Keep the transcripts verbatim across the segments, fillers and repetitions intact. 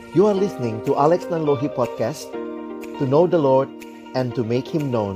You are listening to Alex Nanlohi Podcast, to know the Lord and to make Him known.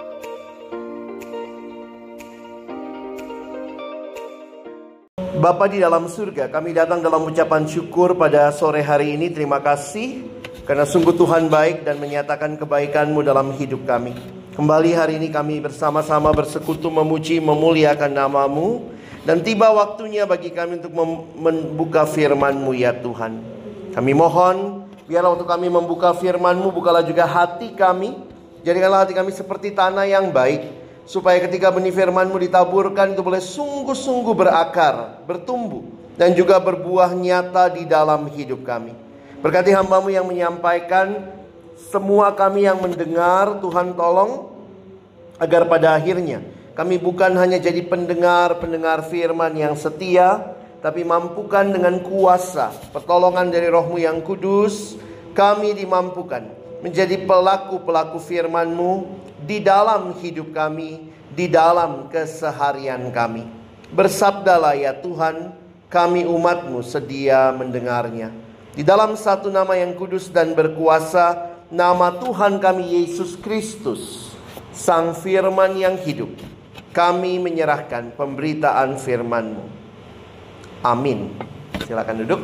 Bapa di dalam surga, kami datang dalam ucapan syukur pada sore hari ini. Terima kasih karena sungguh Tuhan baik dan menyatakan kebaikan-Mu dalam hidup kami. Kembali hari ini kami bersama-sama bersekutu memuji, memuliakan nama-Mu. Dan tiba waktunya bagi kami untuk membuka firman-Mu ya Tuhan. Kami mohon, biarlah untuk kami membuka firman-Mu, bukalah juga hati kami. Jadikanlah hati kami seperti tanah yang baik, supaya ketika benih firman-Mu ditaburkan itu boleh sungguh-sungguh berakar, bertumbuh, dan juga berbuah nyata di dalam hidup kami. Berkati hamba-Mu yang menyampaikan, semua kami yang mendengar, Tuhan tolong agar pada akhirnya kami bukan hanya jadi pendengar-pendengar firman yang setia, tapi mampukan dengan kuasa pertolongan dari Roh-Mu yang kudus, kami dimampukan menjadi pelaku-pelaku firman-Mu di dalam hidup kami, di dalam keseharian kami. Bersabdalah ya Tuhan, kami umat-Mu sedia mendengarnya. Di dalam satu nama yang kudus dan berkuasa, nama Tuhan kami Yesus Kristus, Sang Firman yang hidup, kami menyerahkan pemberitaan firman-Mu. Amin. Silakan duduk.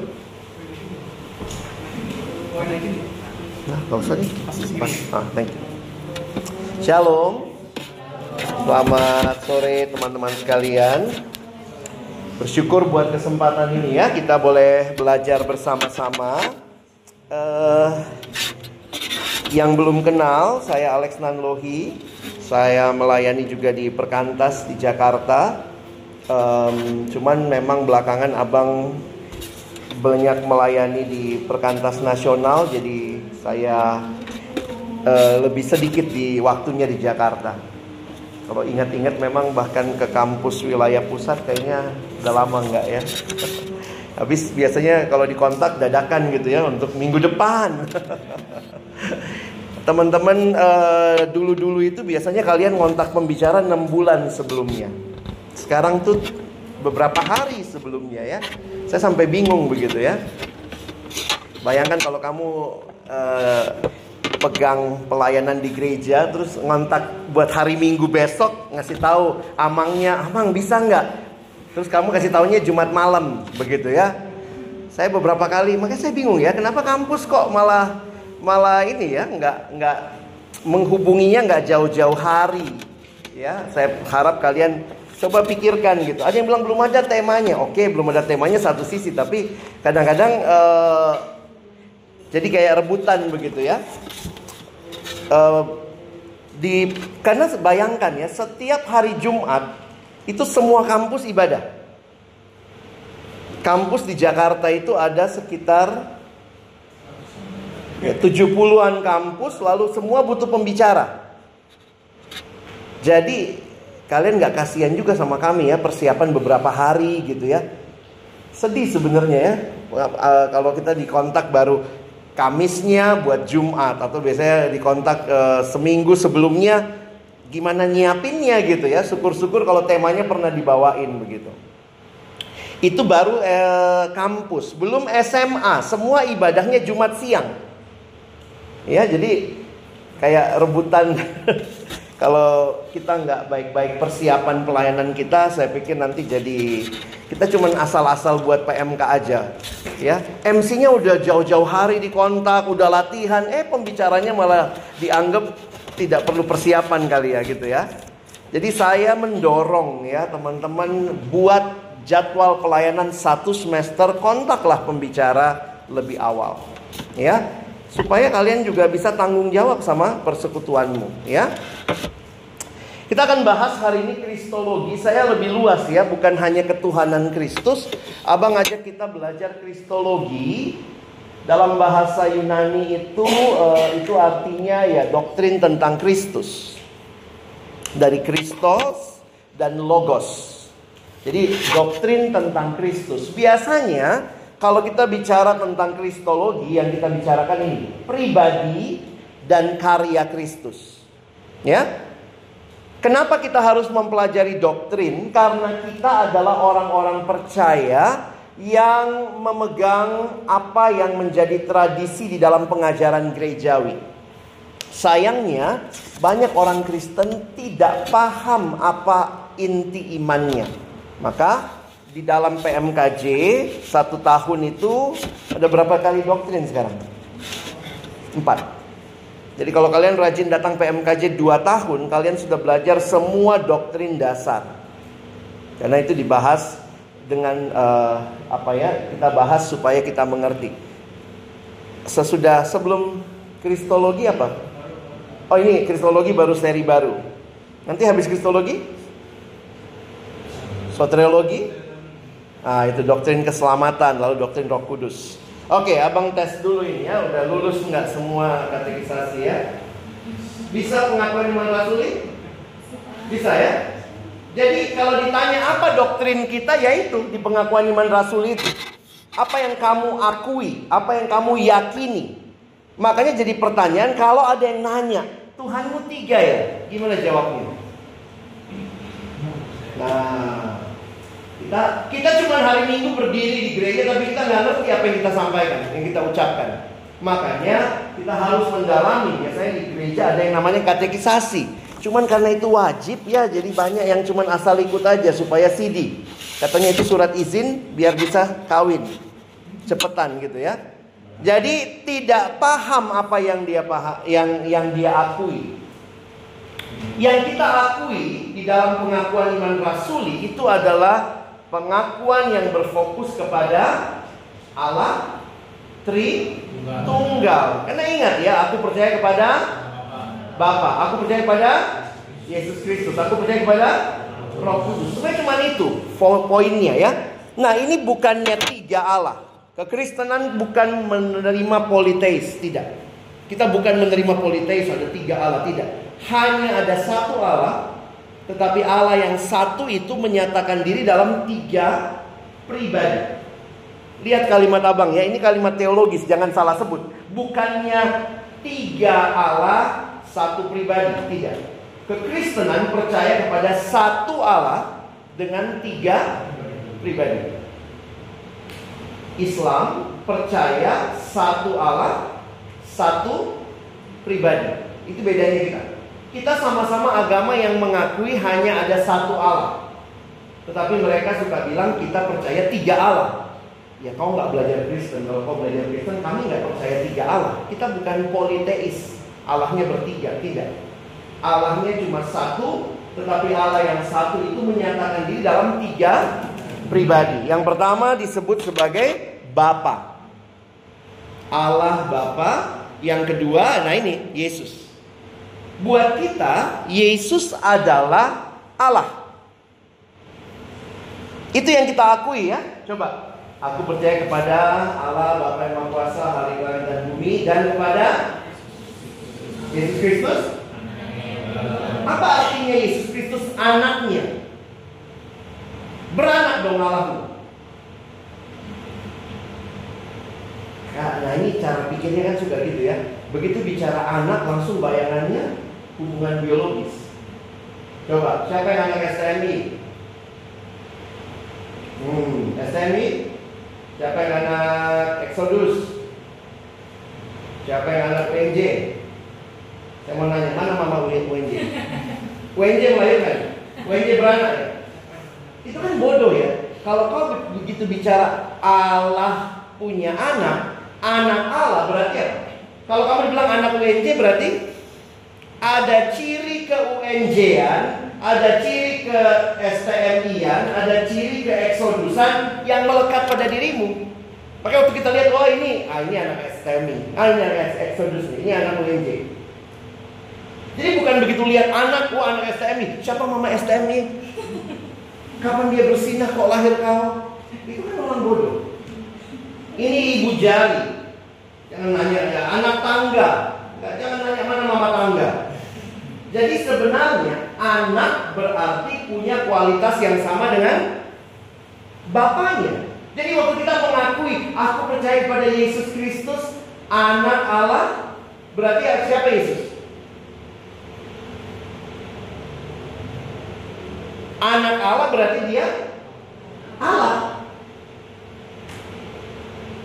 Nah, gak usah nih. Pas. Ah, thank you. Shalom. Selamat sore teman-teman sekalian. Bersyukur buat kesempatan ini ya, kita boleh belajar bersama-sama. Uh, yang belum kenal, saya Alex Nanlohi. Saya melayani juga di Perkantas di Jakarta. um, Cuman memang belakangan abang banyak melayani di Perkantas Nasional, jadi saya uh, lebih sedikit di waktunya di Jakarta. Kalau ingat-ingat memang bahkan ke kampus wilayah pusat kayaknya udah lama enggak ya. Habis biasanya kalau dikontak dadakan gitu ya, untuk minggu depan. Teman-teman, uh, dulu-dulu itu biasanya kalian ngontak pembicara enam bulan sebelumnya. Sekarang tuh beberapa hari sebelumnya ya. Saya sampai bingung begitu ya. Bayangkan kalau kamu uh, pegang pelayanan di gereja, terus ngontak buat hari Minggu besok, ngasih tahu amangnya, "Amang bisa nggak?" Terus kamu kasih taunya Jumat malam begitu ya. Saya beberapa kali, makanya saya bingung ya, kenapa kampus kok malah malah ini ya, nggak nggak menghubunginya nggak jauh-jauh hari ya. Saya harap kalian coba pikirkan gitu. Ada yang bilang belum ada temanya. Oke, belum ada temanya satu sisi, tapi kadang-kadang uh, jadi kayak rebutan begitu ya. Uh, di karena bayangkan ya, setiap hari Jumat itu semua kampus ibadah. Kampus di Jakarta itu ada sekitar ya, tujuh puluhan kampus, lalu semua butuh pembicara. Jadi kalian gak kasihan juga sama kami ya, persiapan beberapa hari gitu ya. Sedih sebenarnya ya, kalau kita dikontak baru Kamisnya buat Jumat, atau biasanya dikontak uh, seminggu sebelumnya, gimana nyiapinnya gitu ya. Syukur-syukur kalau temanya pernah dibawain begitu. Itu baru eh, kampus, belum S M A, semua ibadahnya Jumat siang. Ya, jadi kayak rebutan. Kalau kita nggak baik-baik persiapan pelayanan kita, saya pikir nanti jadi kita cuman asal-asal buat P M K aja. Ya, M C-nya udah jauh-jauh hari dikontak, udah latihan, eh pembicaranya malah dianggap tidak perlu persiapan kali ya gitu ya. Jadi saya mendorong ya teman-teman, buat jadwal pelayanan satu semester, kontaklah pembicara lebih awal. Ya, supaya kalian juga bisa tanggung jawab sama persekutuanmu ya. Kita akan bahas hari ini Kristologi. Saya lebih luas ya, bukan hanya ketuhanan Kristus. Abang ngajak kita belajar Kristologi. Dalam bahasa Yunani itu uh, itu artinya ya doktrin tentang Kristus. Dari Kristos dan Logos. Jadi doktrin tentang Kristus. Biasanya kalau kita bicara tentang Kristologi, yang kita bicarakan ini pribadi dan karya Kristus. Ya. Kenapa kita harus mempelajari doktrin? Karena kita adalah orang-orang percaya yang memegang apa yang menjadi tradisi di dalam pengajaran gerejawi. Sayangnya, banyak orang Kristen tidak paham apa inti imannya. Maka di dalam P M K J satu tahun itu ada berapa kali doktrin sekarang? Empat. Jadi kalau kalian rajin datang P M K J dua tahun, kalian sudah belajar semua doktrin dasar. Karena itu dibahas dengan uh, apa ya? Kita bahas supaya kita mengerti. Sesudah sebelum Kristologi apa? Oh ini Kristologi baru seri baru. Nanti habis Kristologi Soteriologi. Ah itu doktrin keselamatan, lalu doktrin Roh Kudus. Oke, abang tes dulu ini ya, udah lulus nggak semua katekisasi ya? Bisa pengakuan iman rasuli? Bisa ya? Jadi kalau ditanya apa doktrin kita, yaitu di pengakuan iman rasuli itu. Apa yang kamu akui, apa yang kamu yakini. Makanya jadi pertanyaan kalau ada yang nanya, Tuhanmu tiga ya? Gimana jawabnya? Nah, kita kita cuma hari Minggu berdiri di gereja, tapi kita nggak ngerti apa yang kita sampaikan, yang kita ucapkan. Makanya kita harus mendalami. Biasanya di gereja ada yang namanya katekisasi. Cuman karena itu wajib ya, jadi banyak yang cuman asal ikut aja supaya C D. Katanya itu surat izin biar bisa kawin cepetan gitu ya. Jadi tidak paham apa yang dia paham, yang yang dia akui. Yang kita akui di dalam pengakuan iman rasuli itu adalah pengakuan yang berfokus kepada Allah Tritunggal. Karena ingat ya, aku percaya kepada Bapa, aku percaya kepada Yesus Kristus, aku percaya kepada Roh Kudus. Sebenarnya cuma itu poinnya ya. Nah ini bukannya tiga Allah. Kekristenan bukan menerima politeis, tidak. Kita bukan menerima politeis ada tiga Allah, tidak. Hanya ada satu Allah. Tetapi Allah yang satu itu menyatakan diri dalam tiga pribadi. Lihat kalimat abang ya, ini kalimat teologis, jangan salah sebut. Bukannya tiga Allah, satu pribadi, tidak. Kekristenan percaya kepada satu Allah dengan tiga pribadi. Islam percaya satu Allah, satu pribadi. Itu bedanya kita. Kita sama-sama agama yang mengakui hanya ada satu Allah. Tetapi mereka suka bilang kita percaya tiga Allah. Ya kau nggak belajar Kristen. Kalau kau belajar Kristen, kami nggak percaya tiga Allah. Kita bukan politeis. Allahnya bertiga, tidak. Allahnya cuma satu. Tetapi Allah yang satu itu menyatakan diri dalam tiga pribadi. Yang pertama disebut sebagai Bapa. Allah Bapa. Yang kedua, nah ini Yesus. Buat kita, Yesus adalah Allah. Itu yang kita akui ya. Coba, aku percaya kepada Allah Bapa yang Maha Kuasa, Hari langit dan bumi, dan kepada Yesus Kristus. Apa artinya Yesus Kristus anaknya? Beranak dong Allahmu. Nah ini cara pikirnya kan suka gitu ya. Begitu bicara anak langsung bayangannya hubungan biologis. Coba, siapa yang anak S T M I? Hmm, S T M I? Siapa yang anak Exodus? Siapa yang anak U N J? Saya mau nanya, mana mama U N J? U N J melahirkan? U N J beranak ya? Itu kan bodoh ya. Kalau kau begitu bicara Allah punya anak, anak Allah berarti apa? Kalau kamu bilang anak U N J berarti ada ciri ke U N J-an, ada ciri ke S T M I-an, ada ciri ke Exodusan yang melekat pada dirimu. Makanya waktu kita lihat, oh ini, ah ini anak S T M I, ah ini anak Exodus, ini anak U N J. Jadi bukan begitu lihat anak, oh anak S T M I, siapa mama S T M I? Kapan dia bersinah kok lahir kau? Itu kan orang bodoh. Ini ibu jari. Jangan nanya ya anak tangga. Nggak, jangan nanya mana mama tangga. Jadi sebenarnya anak berarti punya kualitas yang sama dengan bapaknya. Jadi waktu kita mengakui aku percaya kepada Yesus Kristus, anak Allah, berarti siapa Yesus? Anak Allah berarti dia Allah.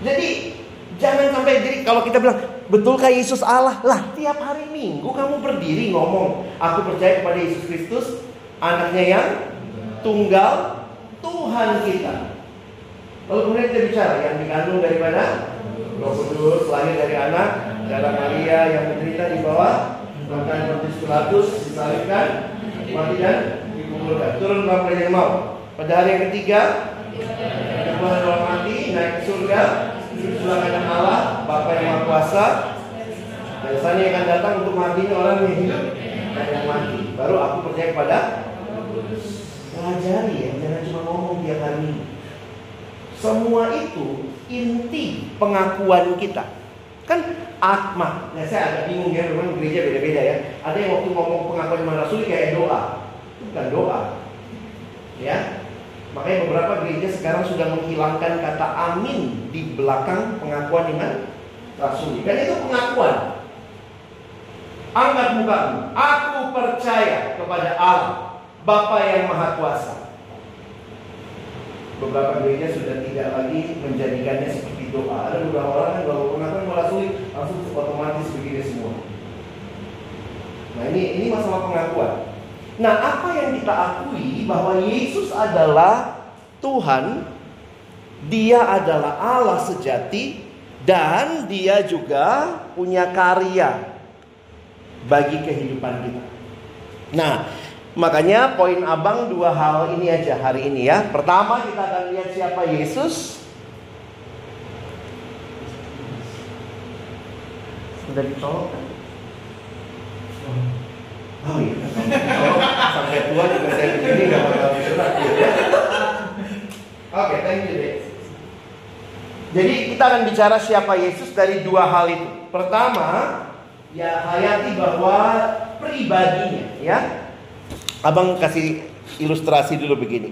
Jadi jangan sampai, jadi kalau kita bilang, betulkah Yesus Allah? Lah, tiap hari Minggu kamu berdiri ngomong, aku percaya kepada Yesus Kristus, anaknya yang tunggal, Tuhan kita. Lalu kemudian kita bicara yang dikandung daripada Roh Kudus, lahir dari anak darah Maria, yang menderita di bawah bahkan Pontius Pilatus, disalibkan, mati dan dikuburkan, turun dalam perjanjian maut. Pada hari yang ketiga, Tuhan dalam mati, naik ke surga, sebelah kanan Allah, Bapa yang Maha Kuasa. Dan saatnya akan datang untuk matinya orang yang hidup dan yang mati. Baru aku percaya kepada pelajari ya, jangan cuma ngomong tiap hari. Semua itu inti pengakuan kita. Kan akma, nah saya agak bingung ya, memang gereja beda-beda ya. Ada yang waktu ngomong pengakuan iman rasuli kayak doa. Itu bukan doa. Ya. Makanya beberapa gereja sekarang sudah menghilangkan kata amin di belakang pengakuan iman rasuli. Dan itu pengakuan. Angkat mukamu, aku percaya kepada Allah, Bapa yang Maha Kuasa. Beberapa gereja sudah tidak lagi menjadikannya seperti doa. Ada beberapa orang yang kalau pengakuan iman rasuli langsung otomatis begini semua. Nah ini ini masalah pengakuan. Nah, apa yang kita akui bahwa Yesus adalah Tuhan, Dia adalah Allah sejati, dan Dia juga punya karya bagi kehidupan kita. Nah, makanya poin abang dua hal ini aja hari ini ya. Pertama, kita akan lihat siapa Yesus. Sudah ditolak kan? Oh iya, kalau sampai tua juga saya begini gak bakal berat ya. Oke, thank you deh. Jadi kita akan bicara siapa Yesus dari dua hal itu. Pertama, ya hayati bahwa pribadinya ya. Abang kasih ilustrasi dulu begini.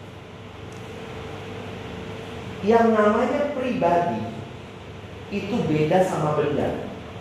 Yang namanya pribadi itu beda sama benda.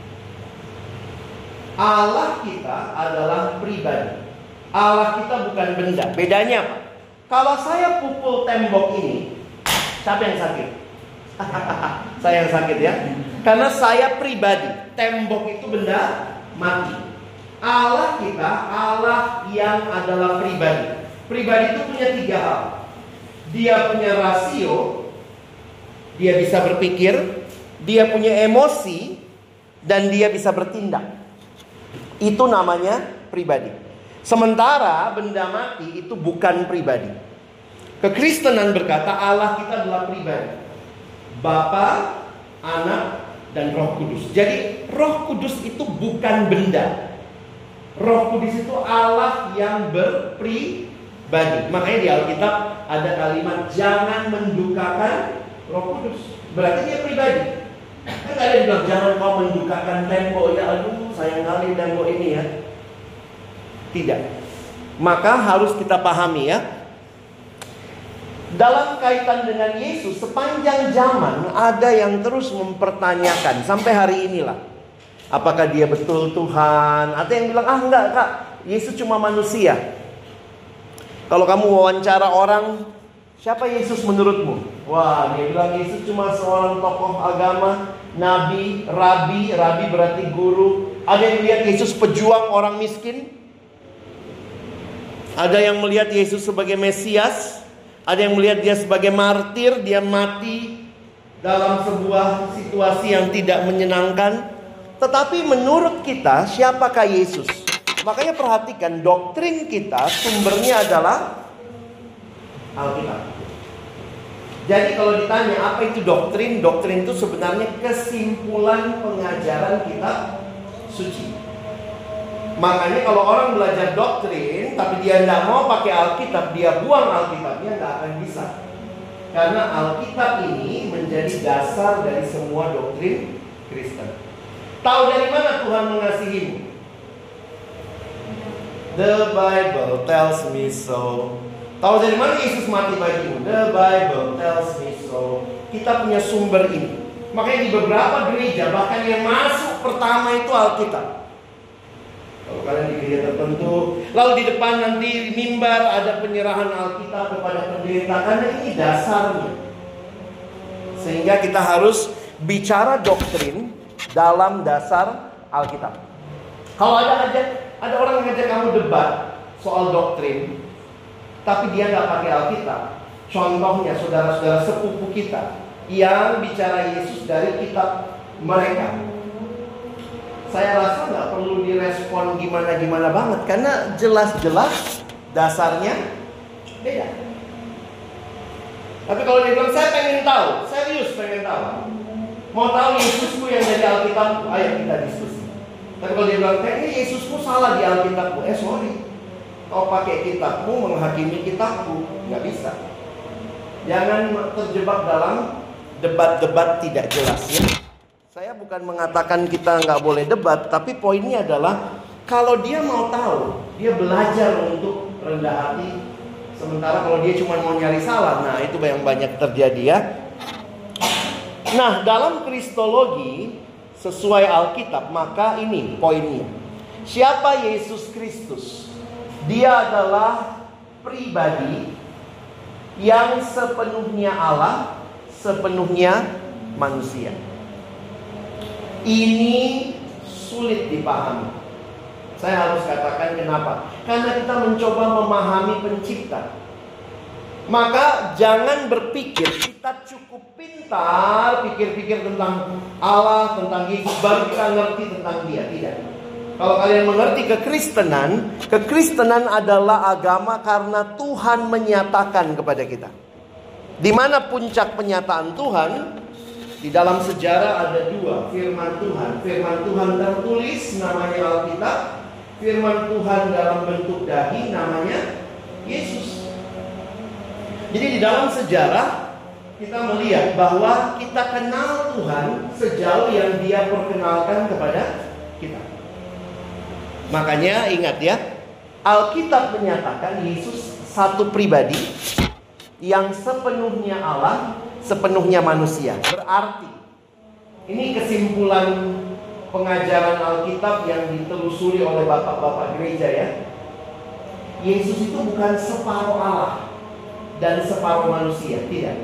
Allah kita adalah pribadi. Allah kita bukan benda. Bedanya apa? Kalau saya pukul tembok ini, siapa yang sakit? Saya yang sakit ya. Karena saya pribadi. Tembok itu benda mati. Allah kita, Allah yang adalah pribadi. Pribadi itu punya tiga hal. Dia punya rasio, dia bisa berpikir, dia punya emosi, dan dia bisa bertindak. Itu namanya pribadi. Sementara benda mati itu bukan pribadi. Kekristenan berkata Allah kita adalah pribadi. Bapa, Anak, dan Roh Kudus. Jadi Roh Kudus itu bukan benda. Roh Kudus itu Allah yang berpribadi. Makanya di Alkitab ada kalimat jangan mendukakan Roh Kudus. Berarti dia pribadi. Kan ada yang bilang jangan kau mendukakan tembok ya, aduh sayang kali tembok ini ya. Tidak. Maka harus kita pahami ya. Dalam kaitan dengan Yesus sepanjang zaman ada yang terus mempertanyakan sampai hari inilah. Apakah dia betul Tuhan? Ada yang bilang ah enggak kak, Yesus cuma manusia. Kalau kamu wawancara orang, siapa Yesus menurutmu? Wah, dia bilang Yesus cuma seorang tokoh agama, nabi, rabi, rabi berarti guru. Ada yang melihat Yesus pejuang orang miskin. Ada yang melihat Yesus sebagai Mesias. Ada yang melihat dia sebagai martir, dia mati dalam sebuah situasi yang tidak menyenangkan. Tetapi menurut kita, siapakah Yesus? Makanya perhatikan, doktrin kita sumbernya adalah Alkitab. Jadi kalau ditanya apa itu doktrin, doktrin itu sebenarnya kesimpulan pengajaran kitab suci. Makanya kalau orang belajar doktrin tapi dia tidak mau pakai Alkitab, dia buang Alkitabnya, tidak akan bisa. Karena Alkitab ini menjadi dasar dari semua doktrin Kristen. Tahu dari mana Tuhan mengasihimu? The Bible tells me so. Tahu dari mana Yesus mati bagimu? The Bible tells me so. Kita punya sumber ini. Makanya di beberapa gereja, bahkan yang masuk pertama itu Alkitab. Kalau kalian di gereja tertentu, lalu di depan nanti di mimbar ada penyerahan Alkitab kepada pendeta. Karena ini dasarnya. Sehingga kita harus bicara doktrin dalam dasar Alkitab. Kalau ada aja ada orang yang ngajak kamu debat soal doktrin, tapi dia nggak pakai Alkitab. Contohnya saudara-saudara sepupu kita yang bicara Yesus dari kitab mereka. Saya rasa nggak perlu direspon gimana-gimana banget, karena jelas-jelas dasarnya beda. Tapi kalau dia bilang saya pengen tahu, serius pengen tahu, mau tahu Yesusku yang dari Alkitabku, ayo kita diskusi. Tapi kalau dia bilang kayaknya Yesusku salah di Alkitabku, eh sorry, kau pakai kitabmu menghakimi kitabku, nggak bisa. Jangan terjebak dalam debat-debat tidak jelas ya. Saya bukan mengatakan kita nggak boleh debat, tapi poinnya adalah kalau dia mau tahu, dia belajar untuk rendah hati. Sementara kalau dia cuma mau nyari salah, nah itu yang banyak terjadi ya. Nah, dalam kristologi sesuai Alkitab, maka ini poinnya. Siapa Yesus Kristus? Dia adalah pribadi yang sepenuhnya Allah, sepenuhnya manusia. Ini sulit dipahami. Saya harus katakan kenapa? Karena kita mencoba memahami pencipta. Maka jangan berpikir kita cukup pintar pikir-pikir tentang Allah, tentang Yesus, baru kita ngerti tentang dia. Tidak. Kalau kalian mengerti kekristenan, kekristenan adalah agama karena Tuhan menyatakan kepada kita. Di mana puncak penyataan Tuhan? Di dalam sejarah ada dua firman Tuhan. Firman Tuhan tertulis namanya Alkitab. Firman Tuhan dalam bentuk daging namanya Yesus. Jadi di dalam sejarah kita melihat bahwa kita kenal Tuhan sejauh yang Dia perkenalkan kepada kita. Makanya ingat ya, Alkitab menyatakan Yesus satu pribadi yang sepenuhnya Allah, sepenuhnya manusia. Berarti ini kesimpulan pengajaran Alkitab yang ditelusuri oleh bapak-bapak gereja ya. Yesus itu bukan separuh Allah dan separuh manusia, tidak.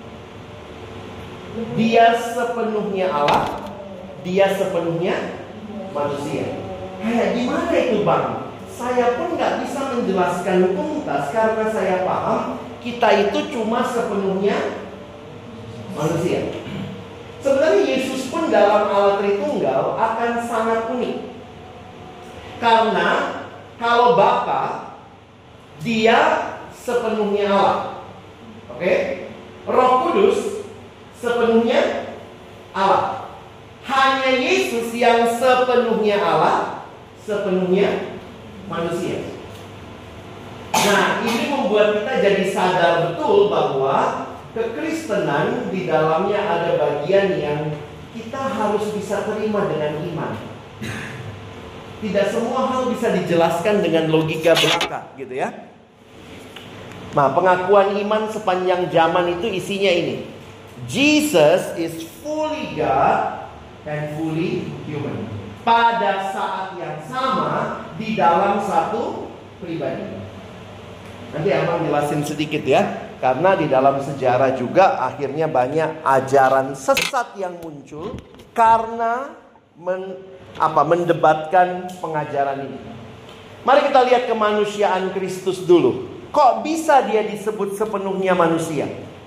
Dia sepenuhnya Allah, dia sepenuhnya manusia. Kayak gimana itu Bang? Saya pun gak bisa menjelaskan tuntas karena saya paham kita itu cuma sepenuhnya manusia. Sebenarnya Yesus pun dalam Allah Tritunggal akan sangat unik. Karena kalau Bapa, dia sepenuhnya Allah. Oke? Roh Kudus sepenuhnya Allah. Hanya Yesus yang sepenuhnya Allah, sepenuhnya manusia. Nah, ini membuat kita jadi sadar betul bahwa kekristenan di dalamnya ada bagian yang kita harus bisa terima dengan iman. Tidak semua hal bisa dijelaskan dengan logika belaka, gitu ya. Nah, pengakuan iman sepanjang zaman itu isinya ini. Jesus is fully God and fully human. Pada saat yang sama di dalam satu pribadi. Nanti abang jelasin sedikit ya. Karena di dalam sejarah juga akhirnya banyak ajaran sesat yang muncul karena men, apa, mendebatkan pengajaran ini. Mari kita lihat kemanusiaan Kristus dulu. Kok bisa dia disebut sepenuhnya manusia?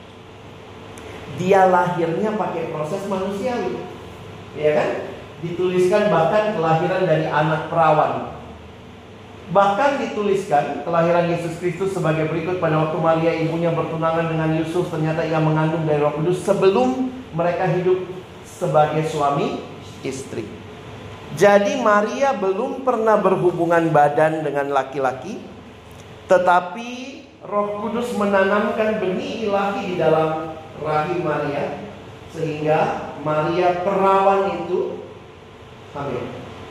Dia lahirnya pakai proses manusiawi, ya kan? Dituliskan bahkan kelahiran dari anak perawan. Bahkan dituliskan kelahiran Yesus Kristus sebagai berikut. Pada waktu Maria ibunya bertunangan dengan Yusuf, ternyata ia mengandung dari Roh Kudus sebelum mereka hidup sebagai suami istri. Jadi Maria belum pernah berhubungan badan dengan laki-laki, tetapi Roh Kudus menanamkan benih ilahi di dalam rahim Maria, sehingga Maria perawan itu hamil.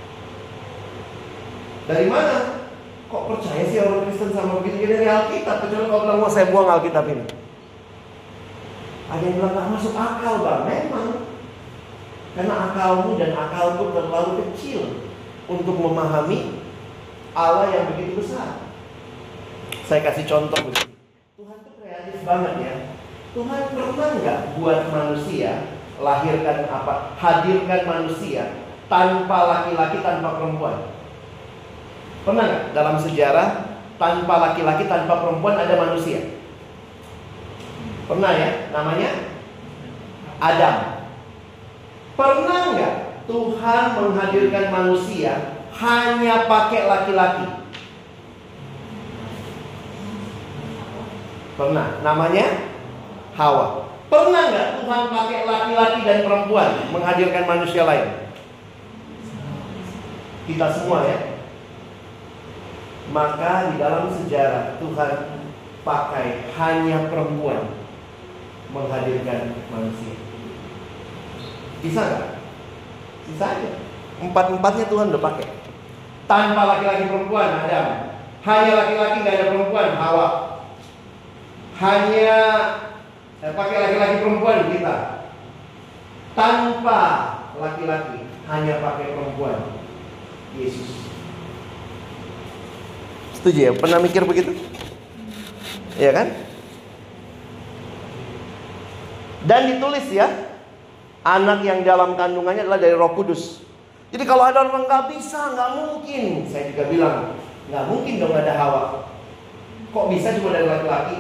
Dari mana? Kok percaya sih orang Kristen sama begitu? Dari Alkitab. Kecuali kalau bilang, mau saya buang Alkitab ini. Ada yang bilang gak masuk akal Bang. Memang. Karena akalmu dan akalku terlalu kecil untuk memahami Allah yang begitu besar. Saya kasih contoh begini. Tuhan tuh kreatif banget ya. Tuhan pernah nggak buat manusia, lahirkan apa, hadirkan manusia tanpa laki-laki, tanpa perempuan? Pernah nggak dalam sejarah tanpa laki-laki, tanpa perempuan ada manusia? Pernah ya, namanya Adam. Pernah nggak Tuhan menghadirkan manusia hanya pakai laki-laki? Pernah, namanya Hawa. Pernah nggak Tuhan pakai laki-laki dan perempuan menghadirkan manusia lain? Kita semua ya. Maka di dalam sejarah Tuhan pakai hanya perempuan menghadirkan manusia. Bisa nggak? Bisa aja. Empat-empatnya Tuhan udah pakai. Tanpa laki-laki perempuan Adam. Hanya laki-laki, nggak ada perempuan, Hawa. Hanya eh, pakai laki-laki perempuan kita. Tanpa laki-laki, hanya pakai perempuan, Yesus. Setuju ya? Pernah mikir begitu? Iya kan? Dan ditulis ya, anak yang dalam kandungannya adalah dari Roh Kudus. Jadi kalau ada orang nggak bisa, nggak mungkin. Saya juga bilang, nggak mungkin dong ada Hawa. Kok bisa cuma dari laki-laki?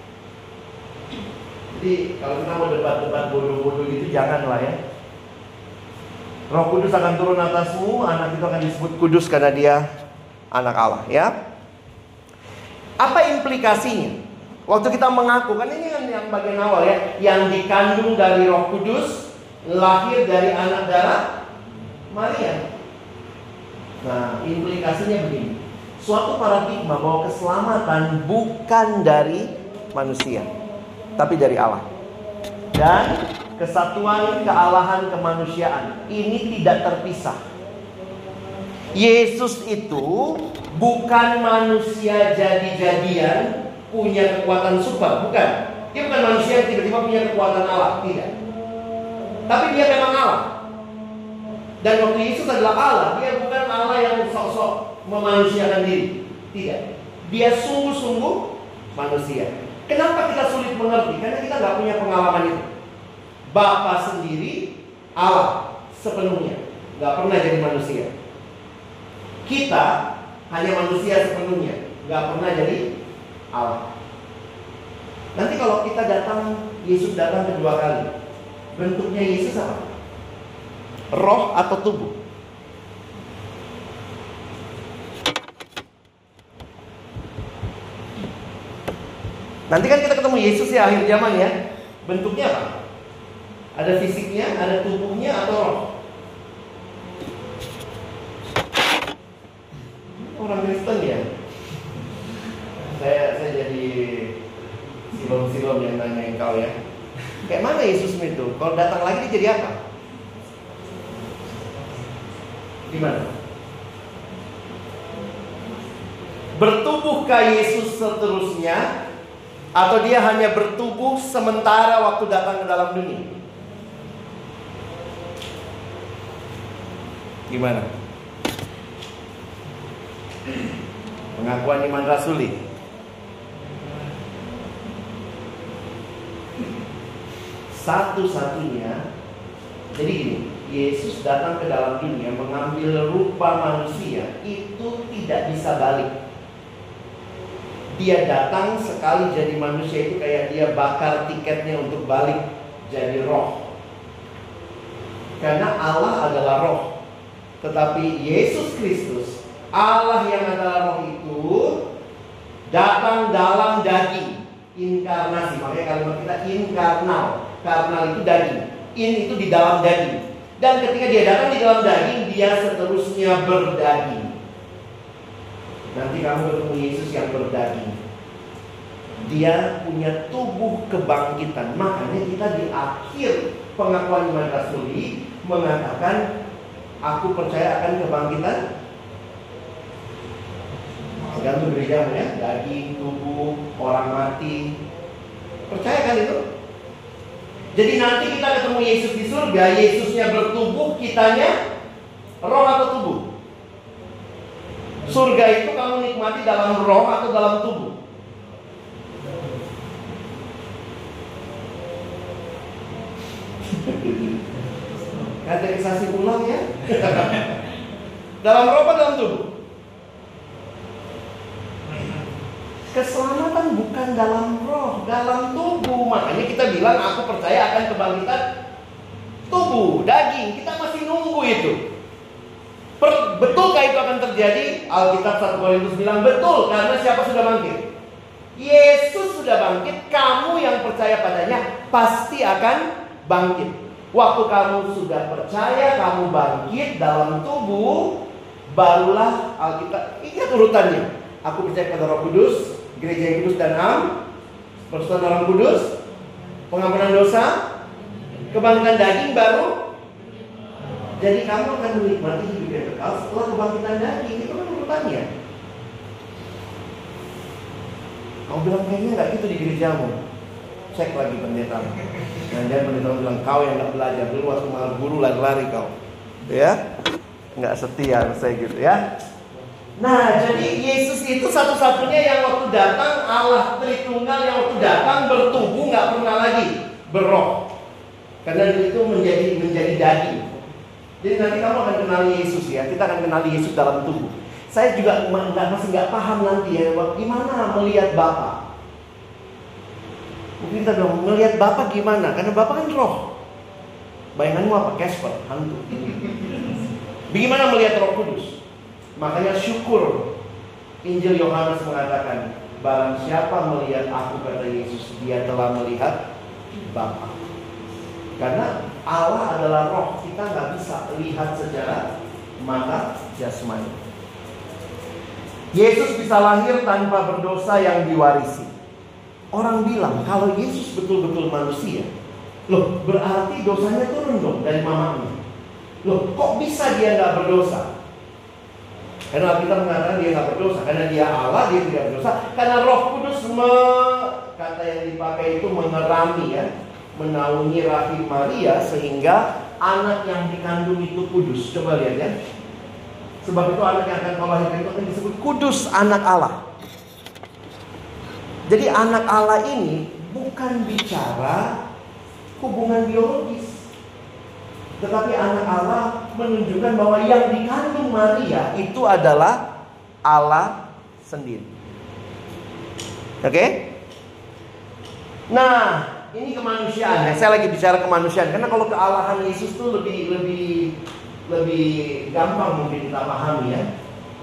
Jadi kalau kita mau debat-debat bodoh-bodoh gitu, janganlah ya. Roh Kudus akan turun atasmu, anak itu akan disebut kudus karena dia anak Allah ya. Apa implikasinya? Waktu kita mengaku, kan ini kan yang bagian awal ya, yang dikandung dari Roh Kudus, lahir dari anak darah Maria. Nah, implikasinya begini. Suatu paradigma bahwa keselamatan bukan dari manusia, tapi dari Allah. Dan kesatuan kealahan kemanusiaan ini tidak terpisah. Yesus itu bukan manusia jadi-jadian punya kekuatan super, bukan. Dia bukan manusia yang tiba-tiba punya kekuatan Allah, tidak. Tapi dia memang Allah. Dan waktu Yesus adalah Allah, dia bukan Allah yang sok-sok memanusiakan diri, tidak. Dia sungguh-sungguh manusia. Kenapa kita sulit mengerti? Karena kita nggak punya pengalaman itu. Bapa sendiri Allah sepenuhnya, nggak pernah jadi manusia. Kita hanya manusia sepenuhnya, nggak pernah jadi Allah. Nanti kalau kita datang, Yesus datang kedua kali, bentuknya Yesus apa? Roh atau tubuh? Nanti kan kita ketemu Yesus ya akhir zaman ya. Bentuknya apa? Ada fisiknya, ada tubuhnya atau roh? Orang Kristen ya. Saya saya jadi silom-silom yang nanya engkau ya. Kayak mana Yesus itu? Kalau datang lagi dia jadi apa? Gimana? Bertubuhkah Yesus seterusnya? Atau dia hanya bertubuh sementara waktu datang ke dalam dunia? Gimana? Pengakuan iman rasuli. Satu-satunya. Jadi gini, Yesus datang ke dalam dunia mengambil rupa manusia, itu tidak bisa balik. Dia datang sekali jadi manusia itu kayak dia bakar tiketnya untuk balik jadi roh. Karena Allah adalah roh. Tetapi Yesus Kristus, Allah yang adalah roh itu datang dalam daging, inkarnasi. Makanya kalimat kita inkarnal. Karnal itu daging, in itu di dalam daging. Dan ketika dia datang di dalam daging, dia seterusnya berdaging. Nanti kamu ketemu Yesus yang berdaging. Dia punya tubuh kebangkitan. Makanya kita di akhir pengakuan iman rasuli mengatakan, aku percaya akan kebangkitan. Tergantung gerejamu ya, daging, tubuh, orang mati. Percaya kan itu? Jadi nanti kita ketemu Yesus di surga, Yesusnya bertubuh, kitanya roh atau tubuh? Surga itu kamu nikmati dalam roh atau dalam tubuh? Kategorisasi ulang ya. Dalam roh apa dalam tubuh? Keselamatan bukan dalam roh, dalam tubuh. Makanya kita bilang aku percaya akan kebangkitan tubuh, daging. Kita masih nunggu itu. Per, betulkah itu akan terjadi? Alkitab satu Korintus bilang betul, karena siapa sudah bangkit? Yesus sudah bangkit. Kamu yang percaya padanya pasti akan bangkit. Waktu kamu sudah percaya, kamu bangkit dalam tubuh, barulah Alkitab. Ingat urutannya. Aku percaya pada Roh Kudus, gereja yang kudus dan am, persekutuan orang kudus, pengampunan dosa, kebangkitan daging baru. Jadi kamu akan menikmati hidup yang kekal setelah kebangkitan daging. Itu kan urutannya. Kau bilang kayaknya nggak gitu di gerejamu. Cek lagi pendeta. Dan dia pendeta bilang kau yang nggak belajar dulu waktu malam guru lari-lari kau, ya nggak setia saya gitu ya. Nah jadi Yesus itu satu-satunya yang waktu datang Allah Tritunggal yang waktu datang bertubuh, nggak pernah lagi berroh, karena itu menjadi menjadi daging. Jadi nanti kamu akan kenali Yesus ya. Kita akan kenali Yesus dalam tubuh. Saya juga nggak masih nggak paham nanti ya, gimana melihat Bapa. Mungkin kita bilang melihat Bapa gimana? Karena Bapa kan roh. Bayanganmu apa? Casper, hantu. Bagaimana melihat Roh Kudus? Makanya syukur Injil Yohanes mengatakan, barang siapa melihat aku, kata Yesus, dia telah melihat Bapa. Karena Allah adalah roh, kita nggak bisa lihat secara mata jasmani. Yesus bisa lahir tanpa berdosa yang diwarisi. Orang bilang kalau Yesus betul-betul manusia, loh berarti dosanya turun dong dari mamanya. Loh kok bisa dia nggak berdosa? Karena kita mengatakan dia nggak berdosa, karena dia Allah, dia tidak berdosa. Karena Roh Kudus me, kata yang dipakai itu mengerami ya, menaungi rahim Maria sehingga anak yang dikandung itu kudus. Coba lihat ya. Sebab itu anak yang akan kau lahirkan itu akan disebut kudus, anak Allah. Jadi anak Allah ini bukan bicara hubungan biologis, tetapi anak Allah menunjukkan bahwa yang dikandung Maria itu adalah Allah sendiri. Oke? Okay? Nah, ini kemanusiaan ya. Saya lagi bicara kemanusiaan karena kalau kealahan Yesus tuh lebih lebih lebih gampang mungkin kita pahami ya.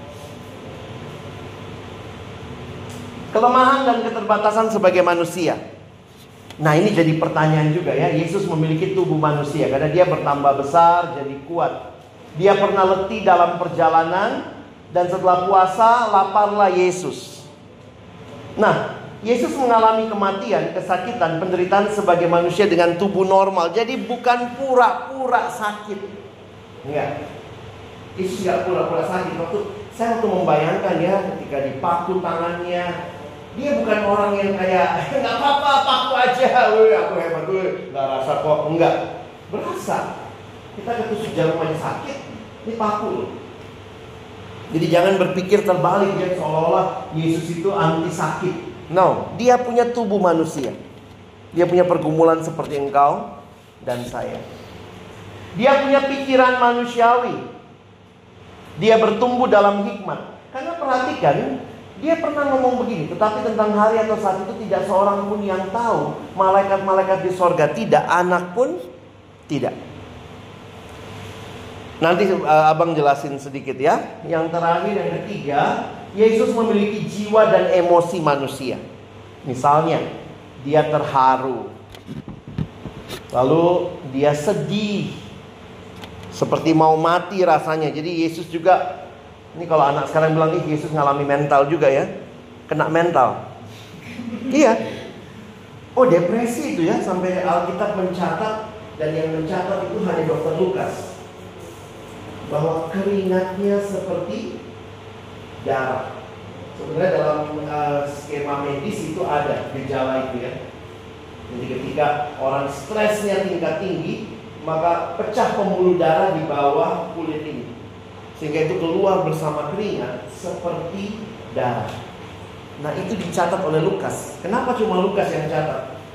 Kelemahan dan keterbatasan sebagai manusia. Nah, ini jadi pertanyaan juga ya. Yesus memiliki tubuh manusia karena dia bertambah besar, jadi kuat. Dia pernah letih dalam perjalanan dan setelah puasa laparlah Yesus. Nah, Yesus mengalami kematian, kesakitan, penderitaan sebagai manusia dengan tubuh normal. Jadi bukan pura-pura sakit. Enggak. Yesus enggak pura-pura sakit. Waktu saya waktu membayangkan ya, ketika dipaku tangannya, dia bukan orang yang kayak enggak apa-apa, paku aja, weh aku hebat, weh enggak rasa kok. Enggak. Berasa. Kita ketusuk jarum aja sakit, ini paku loh. Jadi jangan berpikir terbalik ya, seolah-olah Yesus itu anti sakit. No, dia punya tubuh manusia. Dia punya pergumulan seperti engkau dan saya. Dia punya pikiran manusiawi. Dia bertumbuh dalam hikmat. Karena perhatikan, dia pernah ngomong begini, tetapi tentang hari atau saat itu tidak seorang pun yang tahu. Malaikat-malaikat di sorga tidak, anak pun tidak. Nanti uh, abang jelasin sedikit ya. Yang terakhir, yang ketiga, Yesus memiliki jiwa dan emosi manusia. Misalnya, dia terharu, lalu dia sedih, seperti mau mati rasanya. Jadi Yesus juga, ini kalau anak sekarang bilang, ih Yesus ngalami mental juga ya, kena mental. Iya. Oh, depresi itu ya, sampai Alkitab mencatat, dan yang mencatat itu hanya dokter Lukas, bahwa keringatnya seperti darah. Sebenarnya dalam uh, skema medis itu ada gejala itu ya. Jadi ketika orang stresnya tingkat tinggi, maka pecah pembuluh darah di bawah kulit ini, sehingga itu keluar bersama keringat seperti darah. Nah itu dicatat oleh Lukas. Kenapa cuma Lukas yang catat?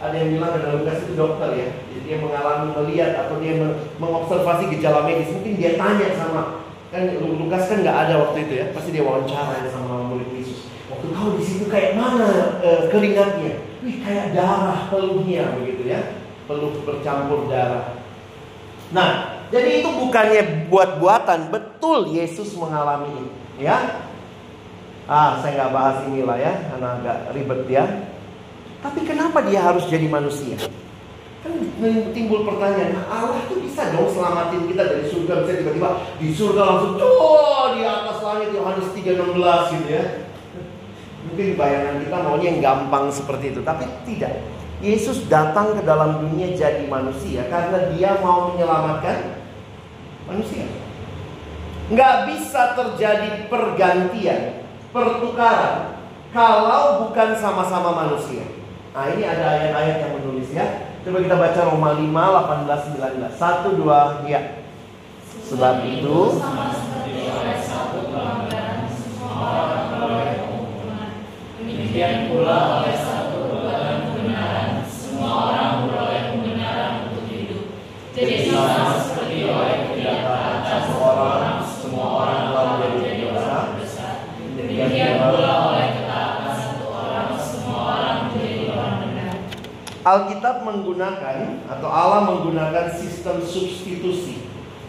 ada yang bilang karena Lukas itu dokter ya, jadi dia mengalami melihat atau dia mengobservasi gejala medis. Mungkin dia tanya sama, kan Lukas kan nggak ada waktu itu ya, pasti dia wawancara sama murid Yesus. Waktu kau di situ kayak mana e, keringatnya? Wih, kayak darah peluhnya begitu ya, peluh bercampur darah. Nah, jadi itu bukannya buat-buatan, betul Yesus mengalami ini, ya. Ah, saya nggak bahas inilah ya, karena agak ribet ya. Tapi kenapa dia harus jadi manusia? Kan timbul pertanyaan, nah Allah tuh bisa dong selamatin kita dari surga, bisa tiba-tiba di surga langsung tuh di atas langit, Yohanes tiga enam belas gitu ya. Mungkin bayangan kita maunya yang gampang seperti itu, tapi tidak. Yesus datang ke dalam dunia jadi manusia karena dia mau menyelamatkan manusia. Nggak bisa terjadi pergantian, pertukaran kalau bukan sama-sama manusia. Nah, ini ada ayat-ayat yang menulis ya. Coba kita baca Roma lima, delapan belas, sembilan belas. Satu, dua, ya. Sebab itu sama seperti oleh satu pelanggaran semua orang beroleh hukuman. Demikian pula oleh satu perbuatan kebenaran semua orang beroleh kebenaran untuk hidup. Jadi sama seperti oleh ketaatan seorang semua orang telah menjadi dosa. Demikian pula oleh ketaatan satu orang semua orang menjadi orang benar. Alkitab menggunakan atau Allah menggunakan sistem substitusi.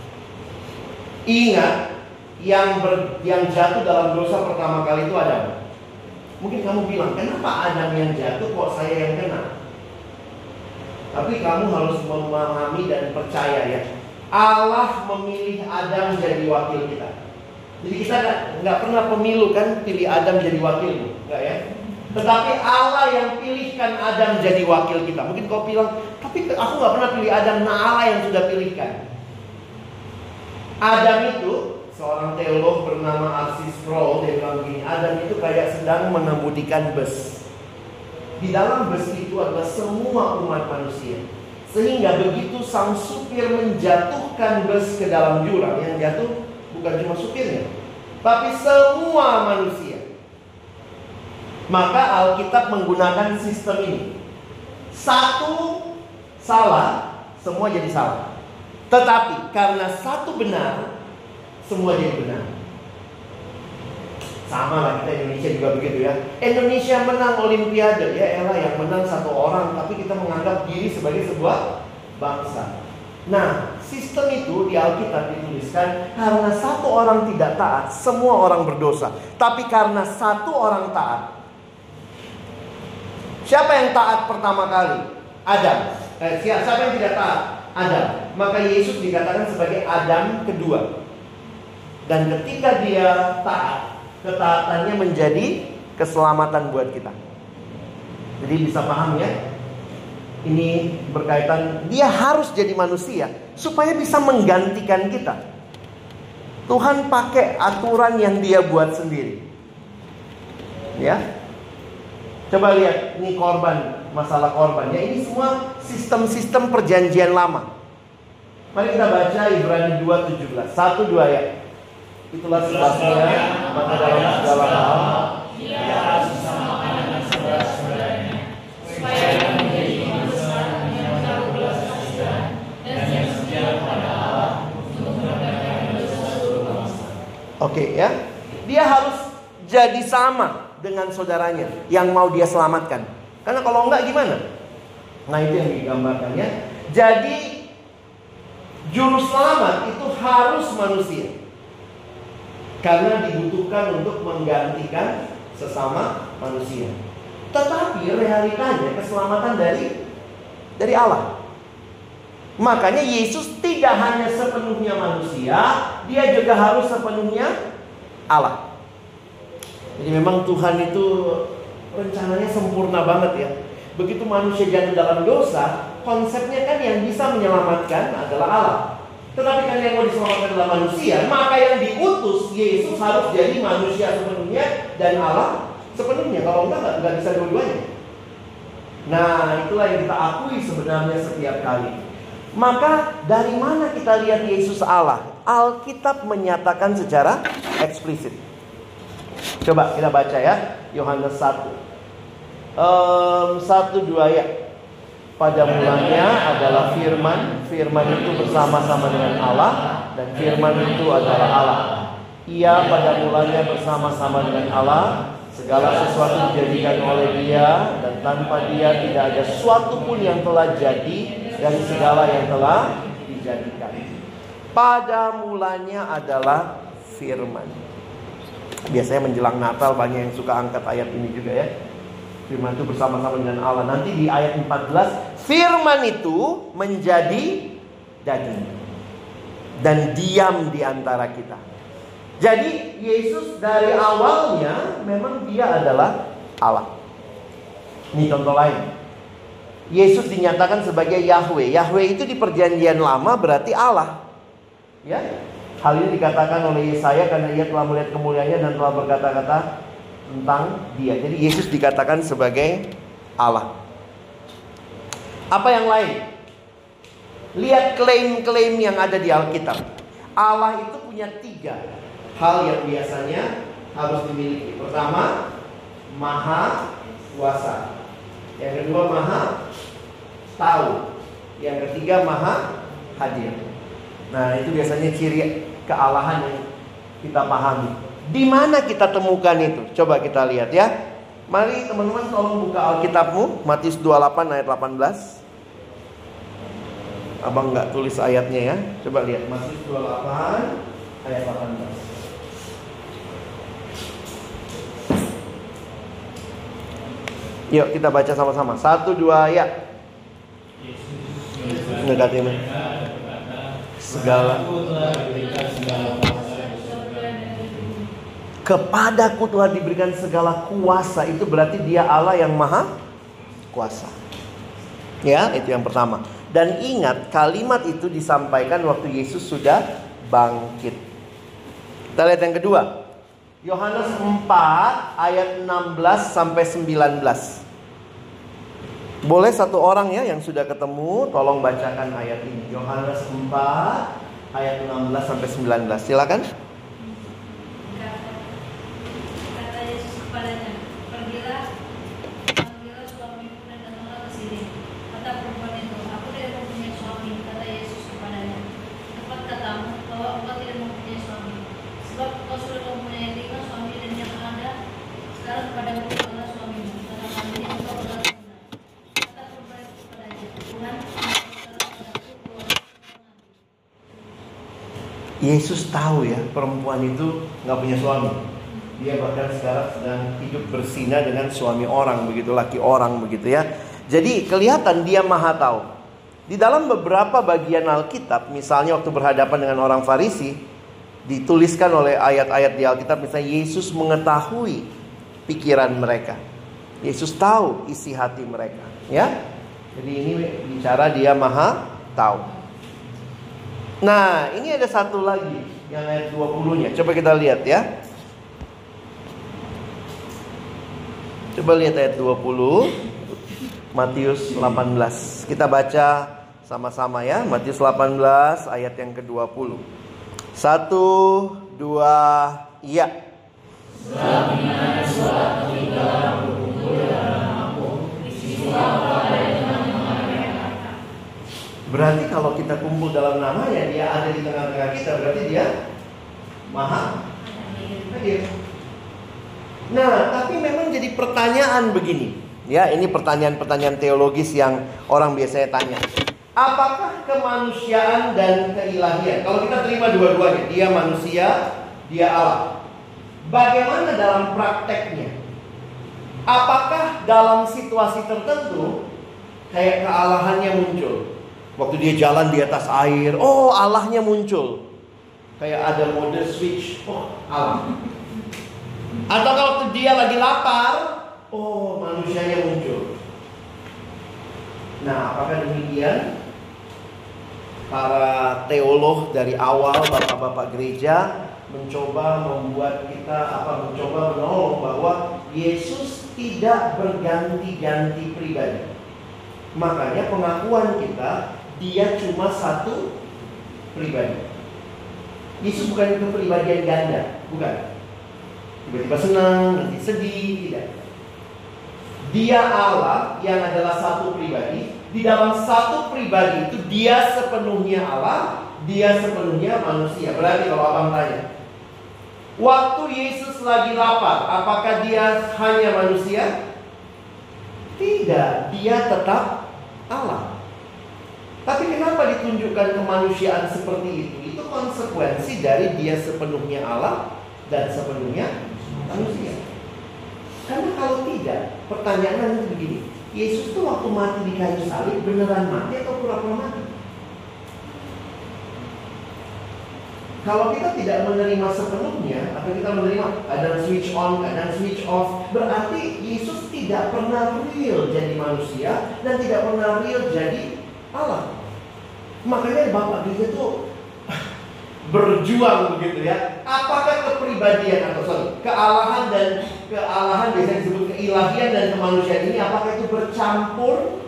Ingat, yang ber, yang jatuh dalam dosa pertama kali itu Adam. Mungkin kamu bilang, kenapa Adam yang jatuh kok saya yang kena? Tapi kamu harus memahami dan percaya ya, Allah memilih Adam jadi wakil kita. Jadi kita nggak pernah pemilu kan, pilih Adam jadi wakil, nggak ya? Tetapi Allah yang pilihkan Adam jadi wakil kita. Mungkin kau bilang, tapi aku nggak pernah pilih Adam. Nah, Allah yang sudah pilihkan. Adam itu, seorang teolog bernama R C Sproul, dia bilang begini, Adam itu kayak sedang mengemudikan bus. Di dalam bus itu adalah semua umat manusia. Sehingga begitu sang supir menjatuhkan bus ke dalam jurang, yang jatuh bukan cuma supirnya, tapi semua manusia. Maka Alkitab menggunakan sistem ini. Satu salah, semua jadi salah. Tetapi karena satu benar, semua jadi benar. Sama lah kita Indonesia juga begitu ya. Indonesia menang Olimpiade, ya elah yang menang satu orang, tapi kita menganggap diri sebagai sebuah bangsa. Nah, sistem itu di Alkitab dituliskan karena satu orang tidak taat, semua orang berdosa. Tapi karena satu orang taat. Siapa yang taat pertama kali? Adam. Eh, siapa yang tidak taat? Adam. Maka Yesus dikatakan sebagai Adam kedua. Dan ketika dia taat, ketaatannya menjadi keselamatan buat kita. Jadi bisa paham ya? Ini berkaitan, dia harus jadi manusia supaya bisa menggantikan kita. Tuhan pakai aturan yang dia buat sendiri. Ya. Coba lihat, ini korban, masalah korban. Ya, ini semua sistem-sistem perjanjian lama. Mari kita baca Ibrani dua tujuh belas. Satu dua ya. Itulah sebabnya maka dalam segala hal dia harus disamakan dengan saudara-saudaranya, supaya menjadi manusia yang tahu belas kasihan dan yang setia kepada Allah untuk mendapatkan dosa seluruh bangsa. Oke ya, dia harus jadi sama dengan saudaranya yang mau dia selamatkan. Karena kalau enggak gimana? Nah itu yang digambarkan ya. Jadi juru selamat itu harus manusia. Karena dibutuhkan untuk menggantikan sesama manusia. Tetapi realitanya keselamatan dari dari Allah. Makanya Yesus tidak hanya sepenuhnya manusia, dia juga harus sepenuhnya Allah. Jadi memang Tuhan itu rencananya sempurna banget ya. Begitu manusia jatuh dalam dosa, konsepnya kan yang bisa menyelamatkan adalah Allah. Tetapi kan yang mau diselamatkan adalah manusia, maka yang diutus Yesus harus jadi manusia sepenuhnya dan Allah sepenuhnya. Kalau enggak, enggak bisa dua-duanya. Nah, itulah yang kita akui sebenarnya setiap kali. Maka dari mana kita lihat Yesus Allah? Alkitab menyatakan secara eksplisit. Coba kita baca ya, Yohanes satu. Um, satu dua ya. Pada mulanya adalah firman, firman itu bersama-sama dengan Allah, dan firman itu adalah Allah. Ia pada mulanya bersama-sama dengan Allah. Segala sesuatu dijadikan oleh Dia, dan tanpa Dia tidak ada sesuatu pun yang telah jadi dari segala yang telah dijadikan. Pada mulanya adalah firman. Biasanya menjelang Natal banyak yang suka angkat ayat ini juga ya. Firman itu bersama-sama dengan Allah. Nanti di ayat empat belas, firman itu menjadi daging dan diam di antara kita. Jadi Yesus dari awalnya memang Dia adalah Allah. Ini contoh lain. Yesus dinyatakan sebagai Yahweh. Yahweh itu di perjanjian lama berarti Allah. Ya. Hal ini dikatakan oleh Yesaya karena ia telah melihat kemuliaannya dan telah berkata-kata tentang Dia. Jadi Yesus dikatakan sebagai Allah. Apa yang lain? Lihat klaim-klaim yang ada di Alkitab. Allah itu punya tiga hal yang biasanya harus dimiliki. Pertama, Maha Kuasa. Yang kedua, Maha Tahu. Yang ketiga, Maha Hadir. Nah, itu biasanya ciri kealahan yang kita pahami. Di mana kita temukan itu? Coba kita lihat ya. Mari teman-teman tolong buka Alkitabmu, Matius dua puluh delapan ayat delapan belas. Abang nggak tulis ayatnya ya. Coba lihat Matius dua puluh delapan ayat delapan belas. Yuk kita baca sama-sama. Satu dua ya. Negatifnya. Segala kepadaku Tuhan diberikan segala kuasa. Itu berarti Dia Allah yang maha kuasa. Ya, itu yang pertama. Dan ingat, kalimat itu disampaikan waktu Yesus sudah bangkit. Kita lihat yang kedua. Yohanes empat ayat enam belas sampai sembilan belas. Boleh satu orang ya yang sudah ketemu, tolong bacakan ayat ini. Yohanes empat ayat enam belas sampai sembilan belas. Silakan. Kata Yesus kepadanya, "Pergilah, panggillah suamimu dan datanglah ke sini." Kata perempuan itu, "Aku tidak mempunyai suami." Kata Yesus kepadanya, "Tepat katamu bahwa engkau tidak mempunyai suami. Sebab engkau sudah mempunyai lima suami dan yang ada sekarang kepadamu adalah suamimu. Karena hal ini engkau adalah benar." Kata perempuan itu kepadanya, "Tuhan, Yesus tahu ya perempuan itu nggak punya suami. Dia bahkan sekarang sedang hidup bersina dengan suami orang begitu, laki orang begitu ya. Jadi kelihatan Dia maha tahu. Di dalam beberapa bagian Alkitab, misalnya waktu berhadapan dengan orang Farisi, dituliskan oleh ayat-ayat di Alkitab, misalnya Yesus mengetahui pikiran mereka. Yesus tahu isi hati mereka, ya. Jadi ini bicara Dia maha tahu. Nah, ini ada satu lagi yang ayat dua puluh-nya. Coba kita lihat ya. Coba lihat ayat dua puluh Matius delapan belas. Kita baca sama-sama ya. Matius delapan belas ayat yang ke dua puluh. Satu, dua, iya. Berarti kalau kita kumpul dalam namanya, Dia ada di tengah-tengah kita, berarti Dia maha hadir. Nah, tapi memang jadi pertanyaan begini. Ya, ini pertanyaan-pertanyaan teologis yang orang biasanya tanya. Apakah kemanusiaan dan keilahian? Kalau kita terima dua-duanya, Dia manusia, Dia Allah. Bagaimana dalam prakteknya? Apakah dalam situasi tertentu kayak kealahannya muncul? Waktu Dia jalan di atas air, oh Allahnya muncul. Kayak ada mode switch, oh Allah. Atau waktu Dia lagi lapar, oh manusianya muncul. Nah, apakah demikian? Para teolog dari awal, bapak-bapak gereja mencoba membuat kita apa? Mencoba menolong bahwa Yesus tidak berganti-ganti pribadi. Makanya pengakuan kita, Dia cuma satu pribadi. Yesus bukan kepribadian ganda, bukan. Tiba-tiba senang, nanti sedih, tidak. Dia Allah yang adalah satu pribadi Di dalam satu pribadi itu dia sepenuhnya Allah, dia sepenuhnya manusia. Berarti kalau abang tanya, waktu Yesus lagi lapar, apakah dia hanya manusia? Tidak, dia tetap Allah. Tapi kenapa ditunjukkan kemanusiaan seperti itu? Itu konsekuensi dari dia sepenuhnya Allah dan sepenuhnya manusia. Karena kalau tidak, pertanyaannya begini, Yesus tuh waktu mati di kayu salib beneran mati atau pura-pura mati? Kalau kita tidak menerima sepenuhnya, atau kita menerima kadang switch on, kadang switch off, berarti Yesus tidak pernah real jadi manusia dan tidak pernah real jadi Allah. Makanya Bapak dia tuh berjuang begitu ya. Apakah kepribadian atau sorry, kealahan dan kealahan biasanya disebut keilahian dan kemanusiaan ini apakah itu bercampur?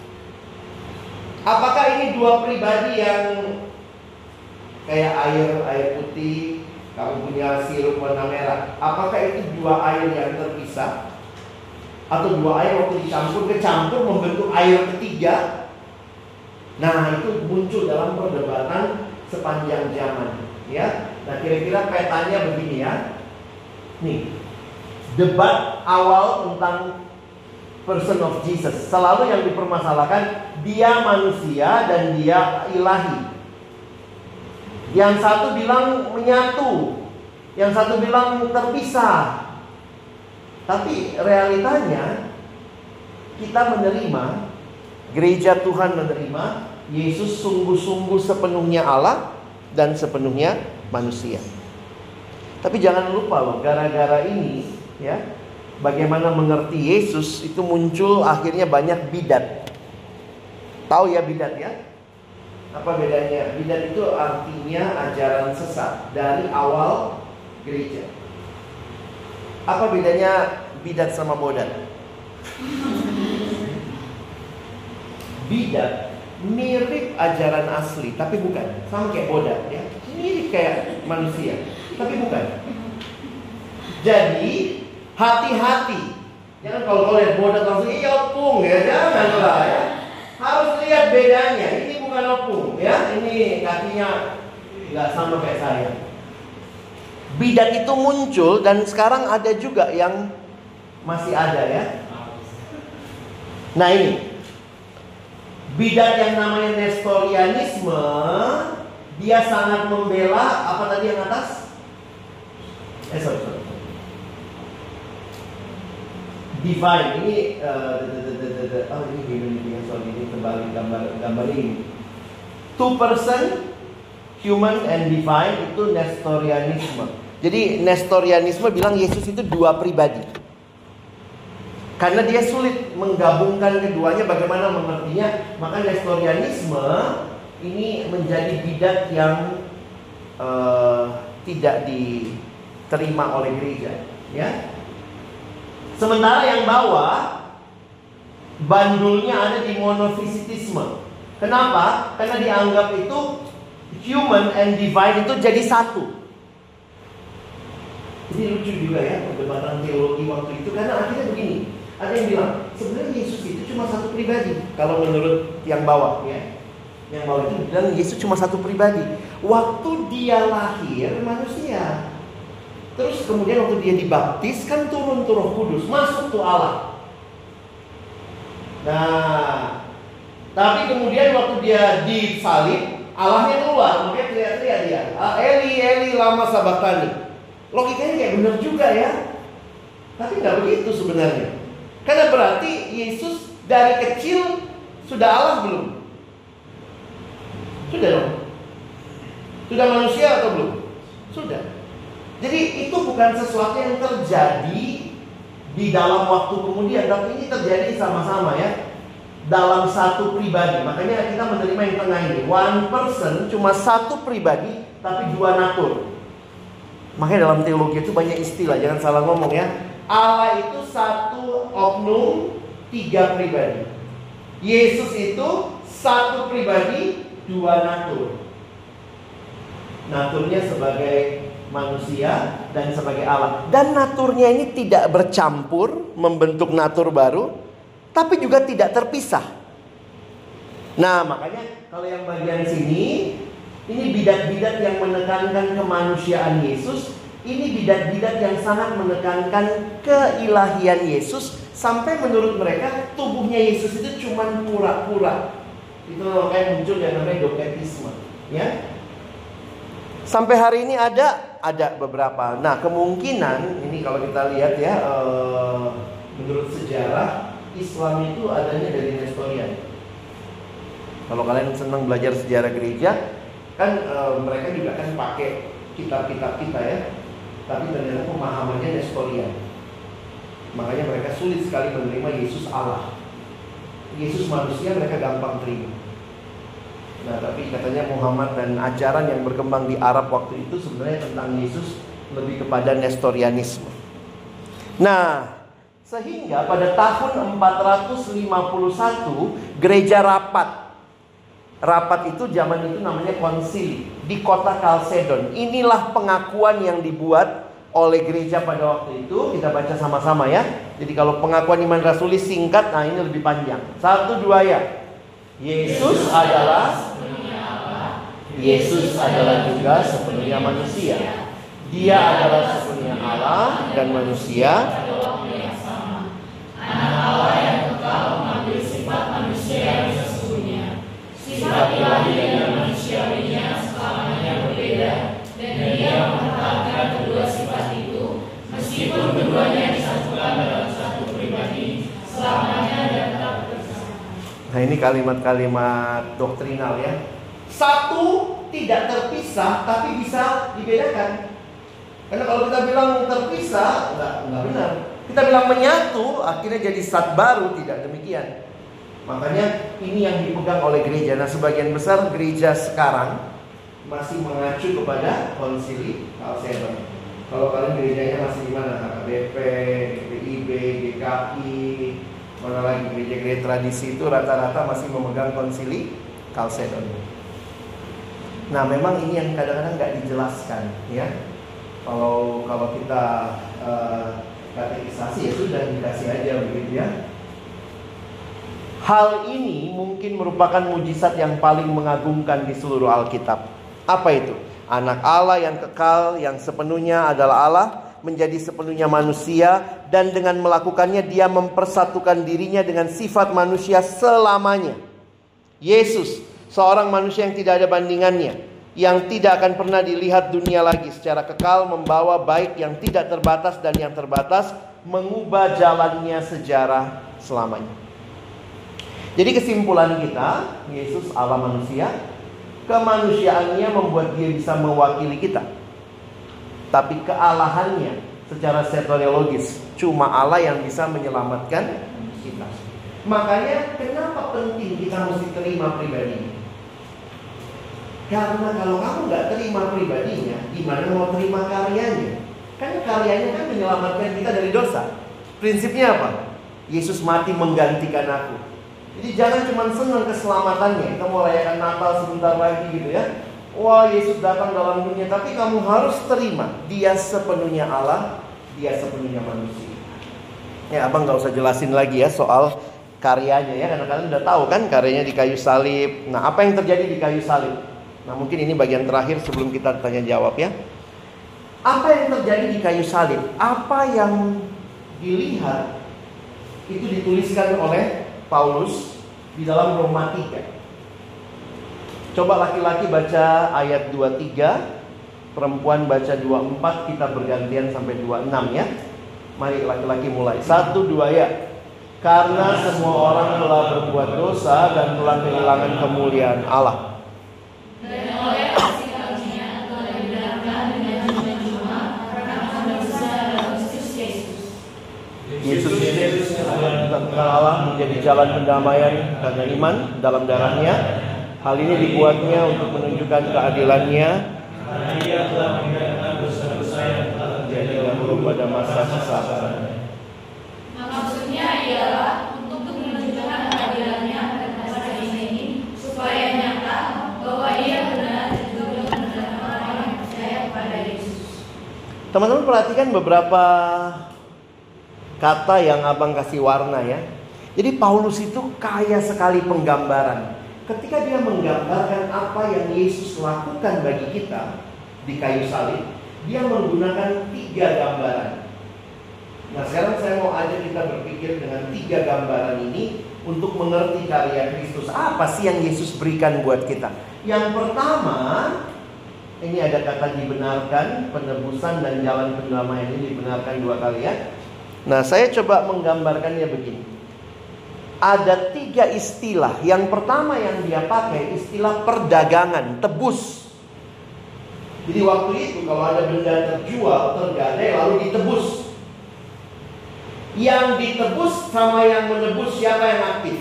Apakah ini dua pribadi yang kayak air air putih, kamu punya sirup warna merah? Apakah itu dua air yang terpisah? Atau dua air waktu dicampur kecampur membentuk air ketiga? Nah, itu muncul dalam perdebatan sepanjang zaman, ya. Nah, kira-kira petanya begini ya. Nih, debat awal tentang person of Jesus selalu yang dipermasalahkan dia manusia dan dia ilahi. Yang satu bilang menyatu, yang satu bilang terpisah. Tapi realitanya kita menerima, gereja Tuhan menerima Yesus sungguh-sungguh sepenuhnya Allah dan sepenuhnya manusia. Tapi jangan lupa loh, gara-gara ini ya, bagaimana mengerti Yesus itu muncul akhirnya banyak bidat. Tahu ya bidat ya? Apa bedanya? Bidat itu artinya ajaran sesat dari awal gereja. Apa bedanya bidat sama bodat? Bidat mirip ajaran asli, tapi bukan. Sama kayak bodat ya. Mirip kayak manusia, tapi bukan. Jadi hati-hati. Jangan kalau kau lihat bodat langsung iya opung ya, janganlah ya. Harus lihat bedanya. Ini bukan opung ya. Ini kakinya nggak sama kayak saya. Bidat itu muncul dan sekarang ada juga yang masih ada ya. Nah ini bidat yang namanya Nestorianisme, dia sangat membela apa tadi yang atas? Eh sorry, sorry. Divine ini, uh, oh ini gini sorry ini kembali gambar gambar ini. Two person, human and divine itu Nestorianisme. Jadi Nestorianisme bilang Yesus itu dua pribadi. Karena dia sulit menggabungkan keduanya, bagaimana mengertinya? Maka Nestorianisme ini menjadi bidat yang uh, tidak diterima oleh gereja, ya. Sementara yang bawah bandulnya ada di monofisitisme. Kenapa? Karena dianggap itu human and divine itu jadi satu. Ini lucu juga ya perdebatan teologi waktu itu, karena akhirnya begini. Ada yang bilang, sebenarnya Yesus itu cuma satu pribadi. Kalau menurut yang bawah ya, yang bawah itu bilang Yesus cuma satu pribadi. Waktu dia lahir manusia, terus kemudian waktu dia dibaptis kan turun tuh Roh Kudus, masuk tuh Allah. Nah, tapi kemudian waktu dia disalib, Allahnya keluar, makanya teriak-teriak dia, Eli, Eli, lama sabachthani. Logikanya kayak benar juga ya, tapi nggak begitu sebenarnya. Karena berarti Yesus dari kecil sudah Allah belum? Sudah dong. Sudah manusia atau belum? Sudah. Jadi itu bukan sesuatu yang terjadi di dalam waktu kemudian, tapi ini terjadi sama-sama ya, dalam satu pribadi. Makanya kita menerima yang tengah ini, one person, cuma satu pribadi tapi dua natur. Makanya dalam teologi itu banyak istilah, jangan salah ngomong ya. Allah itu satu oknum, tiga pribadi. Yesus itu satu pribadi, dua natur. Naturnya sebagai manusia dan sebagai Allah. Dan naturnya ini tidak bercampur membentuk natur baru, tapi juga tidak terpisah. Nah, makanya kalau yang bagian sini, ini bidat-bidat yang menekankan kemanusiaan Yesus. Ini bidat-bidat yang sangat menekankan keilahian Yesus. Sampai menurut mereka tubuhnya Yesus itu cuma pura-pura. Itu makanya muncul yang namanya doketisme, ya. Sampai hari ini ada ada beberapa. Nah, kemungkinan ini kalau kita lihat ya, eh, menurut sejarah Islam itu adanya dari Nestorian. Kalau kalian senang belajar sejarah gereja, kan eh, mereka juga kan pakai kitab-kitab kita ya. Tapi ternyata pemahamannya Nestorian. Makanya mereka sulit sekali menerima Yesus Allah. Yesus manusia mereka gampang terima. Nah, tapi katanya Muhammad dan ajaran yang berkembang di Arab waktu itu sebenarnya tentang Yesus lebih kepada Nestorianisme. Nah, sehingga pada tahun empat ratus lima puluh satu gereja rapat. Rapat itu zaman itu namanya konsili di kota Kalsedon. Inilah pengakuan yang dibuat oleh gereja pada waktu itu. Kita baca sama-sama ya. Jadi kalau pengakuan iman rasuli singkat, nah ini lebih panjang. Satu dua ya. Yesus adalah Yesus adalah juga sepenuhnya manusia. Dia adalah sepenuhnya Allah dan manusia. Anak Allah yang kekal mengambil sifat manusia yang sesungguhnya. Sifat ilahi dan manusiawinya selamanya berbeda, dan dia mempertahankan kedua sifat itu meskipun keduanya disatukan dalam satu pribadi selamanya dan tetap bersama. Nah, ini kalimat-kalimat doktrinal ya. Satu tidak terpisah tapi bisa dibedakan. Karena kalau kita bilang terpisah, enggak, enggak benar. Kita bilang menyatu, akhirnya jadi zat baru. Tidak demikian. Makanya ini yang dipegang oleh gereja. Nah, sebagian besar gereja sekarang masih mengacu kepada konsili Kalsedon. Kalau kalian gerejanya masih di mana? H K B P, G P I B, G K I, mana lagi gereja-gereja tradisi itu rata-rata masih memegang konsili Kalsedon. Nah, memang ini yang kadang-kadang nggak dijelaskan, ya. Kalau kalau kita uh, katekisasi ya sudah dikasih aja begitu ya. Hal ini mungkin merupakan mujizat yang paling mengagumkan di seluruh Alkitab. Apa itu? Anak Allah yang kekal, yang sepenuhnya adalah Allah, menjadi sepenuhnya manusia, dan dengan melakukannya dia mempersatukan dirinya dengan sifat manusia selamanya. Yesus, seorang manusia yang tidak ada bandingannya, yang tidak akan pernah dilihat dunia lagi, secara kekal membawa baik yang tidak terbatas dan yang terbatas, mengubah jalannya sejarah selamanya. Jadi kesimpulan kita, Yesus Allah manusia, kemanusiaannya membuat dia bisa mewakili kita. Tapi kealahannya secara soteriologis, cuma Allah yang bisa menyelamatkan kita. Makanya kenapa penting kita mesti terima pribadinya? Karena kalau kamu gak terima pribadinya, gimana mau terima karyanya? Kan karyanya kan menyelamatkan kita dari dosa. Prinsipnya apa? Yesus mati menggantikan aku. Jadi jangan cuma senang keselamatannya. Kita mau rayakan Natal sebentar lagi gitu ya. Wah, Yesus datang dalam dunia. Tapi kamu harus terima, dia sepenuhnya Allah, dia sepenuhnya manusia. Ya, abang gak usah jelasin lagi ya soal karyanya ya. Karena kalian udah tahu kan karyanya di kayu salib. Nah, apa yang terjadi di kayu salib? Nah, mungkin ini bagian terakhir sebelum kita tanya jawab ya. Apa yang terjadi di kayu salib? Apa yang dilihat itu dituliskan oleh Paulus di dalam Roma tiga. Coba laki-laki baca ayat dua puluh tiga, perempuan baca dua puluh empat, kita bergantian sampai dua puluh enam ya. Mari laki-laki mulai. Satu, dua ya. Karena semua orang telah berbuat dosa dan telah kehilangan kemuliaan Allah. Dan oleh kasih karunia telah dibenarkan dengan cuma karena dosa dalam Kristus Yesus. Yesus Yesus tentang Allah menjadi jalan pendamaian karena iman dalam darahnya. Hal ini dibuatnya untuk menunjukkan keadilannya. Dia telah meninggalkan dosa-dosa yang telah terjadi dahulu pada masa kesabaran. Maksudnya ialah untuk menunjukkan keadilannya pada masa ini, supaya nyata bahwa ia benar dan juga benar orang yang percaya kepada Yesus. Teman-teman perhatikan beberapa kata yang abang kasih warna ya. Jadi Paulus itu kaya sekali penggambaran. ketika dia menggambarkan apa yang Yesus lakukan bagi kita di kayu salib, dia menggunakan tiga gambaran. Nah, sekarang saya mau ajak kita berpikir dengan tiga gambaran ini untuk mengerti karya Kristus. Apa sih yang Yesus berikan buat kita? Yang pertama, ini ada kata dibenarkan, penebusan dan jalan pendamaian ini dibenarkan dua kali ya. Nah, saya coba menggambarkannya begini. Ada tiga istilah. Yang pertama yang dia pakai istilah perdagangan, tebus. Jadi waktu itu kalau ada benda terjual, tergadai lalu ditebus. Yang ditebus sama yang menebus, siapa yang aktif?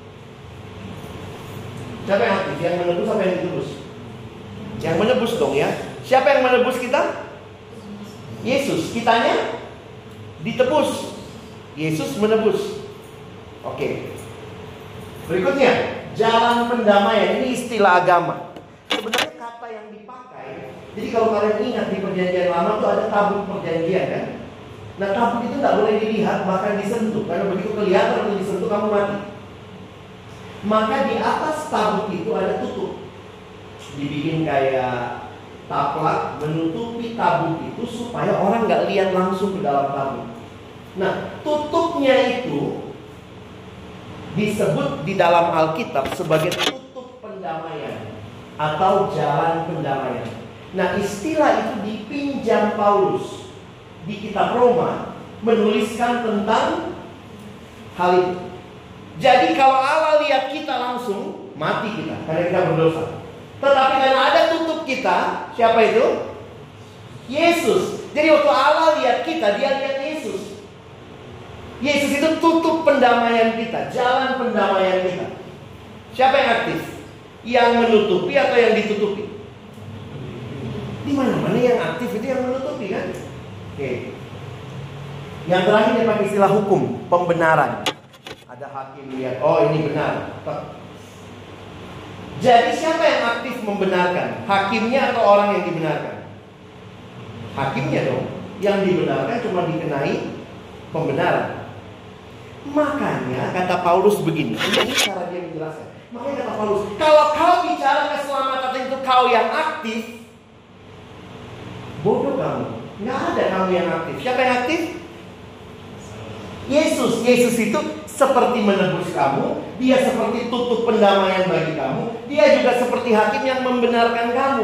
Siapa yang aktif? Yang menebus apa yang ditebus? Yang menebus dong ya. Siapa yang menebus kita? Yesus. Kitanya ditebus. Yesus menebus. Oke. Berikutnya, jalan pendamaian. Ini istilah agama. Sebenarnya kata yang dipakai, jadi kalau kalian ingat di perjanjian lama tuh ada tabut perjanjian kan. Nah, tabut itu nggak boleh dilihat, bahkan disentuh. Karena begitu kelihatan atau disentuh, kamu mati. Maka di atas tabut itu ada tutup. Dibikin kayak taplak menutupi tabut itu supaya orang nggak lihat langsung ke dalam tabut. Nah, tutupnya itu disebut di dalam Alkitab sebagai tutup pendamaian atau jalan pendamaian. Nah, istilah itu dipinjam Paulus di kitab Roma, menuliskan tentang hal itu. Jadi kalau Allah lihat kita langsung, mati kita karena kita berdosa. Tetapi karena ada tutup kita, siapa itu? Yesus. Jadi waktu Allah lihat kita, dia lihat Yesus. Yesus itu tutup pendamaian kita, jalan pendamaian kita. Siapa yang aktif? Yang menutupi atau yang ditutupi? Di mana-mana yang aktif itu yang menutupi kan? Oke. Yang terakhir dia pakai istilah hukum, pembenaran. Ada hakim lihat, oh ini benar. Jadi siapa yang aktif membenarkan? Hakimnya atau orang yang dibenarkan? Hakimnya dong. Yang dibenarkan cuma dikenai pembenaran. Makanya kata Paulus begini, ini cara dia menjelaskan. Makanya kata Paulus, kalau kau bicara keselamatan itu kau yang aktif, bodoh kamu. Nggak ada kamu yang aktif. Siapa yang aktif? Yesus. Yesus itu seperti menebus kamu. Dia seperti tutup pendamaian bagi kamu. Dia juga seperti hakim yang membenarkan kamu.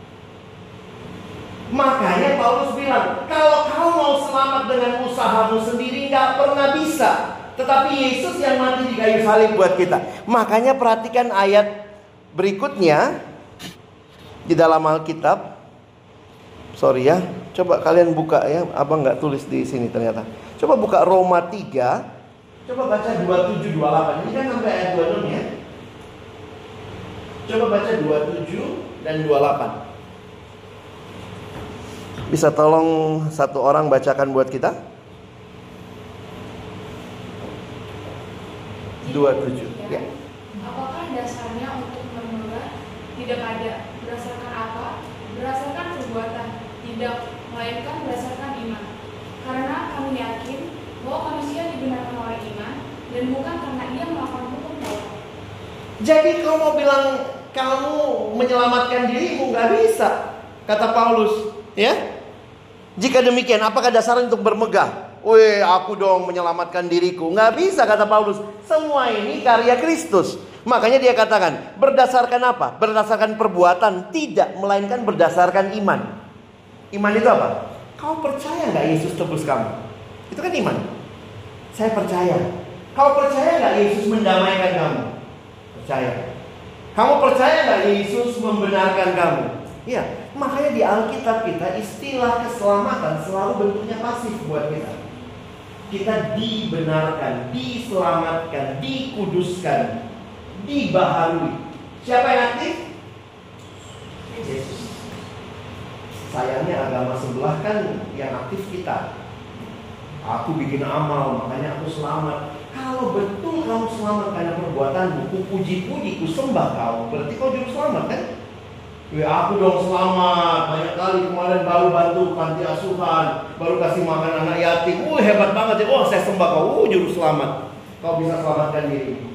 Makanya Paulus bilang, kalau kau mau selamat dengan usahamu sendiri, nggak pernah bisa. Tetapi Yesus yang mati di kayu salib buat kita. Makanya perhatikan ayat berikutnya di dalam Alkitab. Sorry ya, coba kalian buka ya. Abang nggak tulis di sini ternyata. Coba buka Roma tiga. Coba baca dua puluh tujuh dua puluh delapan. Ini kan sampai ayat dua puluh enam ya. Coba baca dua puluh tujuh dan dua puluh delapan. Bisa tolong satu orang bacakan buat kita? dua puluh tujuh ya. Apakah dasarnya untuk bermegah? Tidak ada. Berdasarkan apa? Berdasarkan perbuatan. Tidak, melainkan berdasarkan iman. Karena kami yakin bahwa manusia dibenarkan oleh iman dan bukan karena ia melakukan hukum Taurat. Jadi kalau mau bilang kamu menyelamatkan dirimu, nggak bisa, kata Paulus, ya? Jika demikian, apakah dasarnya untuk bermegah? Weh, aku dong menyelamatkan diriku. Nggak bisa, kata Paulus. Semua ini karya Kristus. Makanya dia katakan, berdasarkan apa? Berdasarkan perbuatan, tidak, melainkan berdasarkan iman. Iman itu apa? Kau percaya nggak Yesus tebus kamu? Itu kan iman. Saya percaya. Kau percaya nggak Yesus mendamaikan kamu? Percaya. Kamu percaya nggak Yesus membenarkan kamu? Iya. Makanya di Alkitab kita istilah keselamatan selalu bentuknya pasif buat kita. Kita dibenarkan, diselamatkan, dikuduskan, dibaharui. Siapa yang aktif? Yesus. Sayangnya agama sebelah kan yang aktif kita. Aku bikin amal, makanya aku selamat. Kalau betul kamu selamat karena perbuatanmu, ku puji-puji, ku sembah kau, berarti kau juru selamat kan? Ya aku dong selamat, banyak kali kemarin baru bantu panti asuhan, baru kasih makan anak yatim. Uh hebat banget ya, oh saya sembah kau, uh juru selamat. Kau bisa selamatkan diri.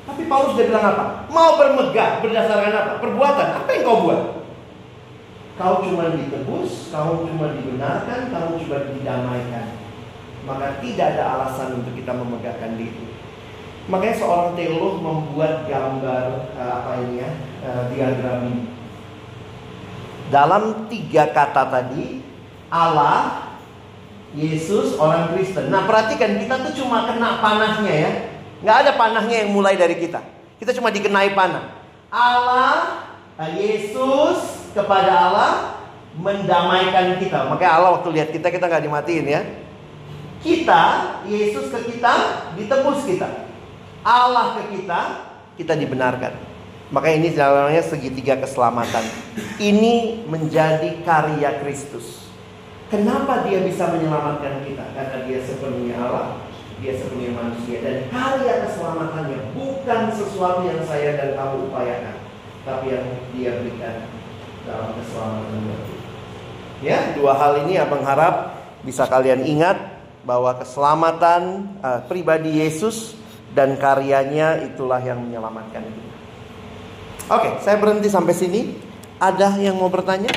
Tapi Paulus dia bilang apa? Mau bermegah berdasarkan apa? Perbuatan. Apa yang kau buat? Kau cuma ditebus, kau cuma dibenarkan, kau cuma didamaikan. Maka tidak ada alasan untuk kita memegahkan diri. Makanya seorang teolog membuat gambar uh, apa ini ya, uh, diagram ini. Dalam tiga kata tadi, Allah, Yesus, orang Kristen. Nah perhatikan, kita tuh cuma kena panahnya ya. Nggak ada panahnya yang mulai dari kita. Kita cuma dikenai panah. Allah, Yesus kepada Allah mendamaikan kita. Makanya Allah waktu lihat kita, kita nggak dimatiin ya. Kita, Yesus ke kita, ditebus kita. Allah ke kita, kita dibenarkan. Makanya ini namanya segitiga keselamatan. Ini menjadi karya Kristus. Kenapa dia bisa menyelamatkan kita? Karena dia sepenuhnya Allah, dia sepenuhnya manusia. Dan karya keselamatannya bukan sesuatu yang saya dan kamu upayakan, tapi yang dia berikan dalam keselamatan kita. Ya, dua hal ini abang harap bisa kalian ingat, bahwa keselamatan uh, pribadi Yesus dan karyanya itulah yang menyelamatkan kita. Oke, saya berhenti sampai sini. Ada yang mau bertanya?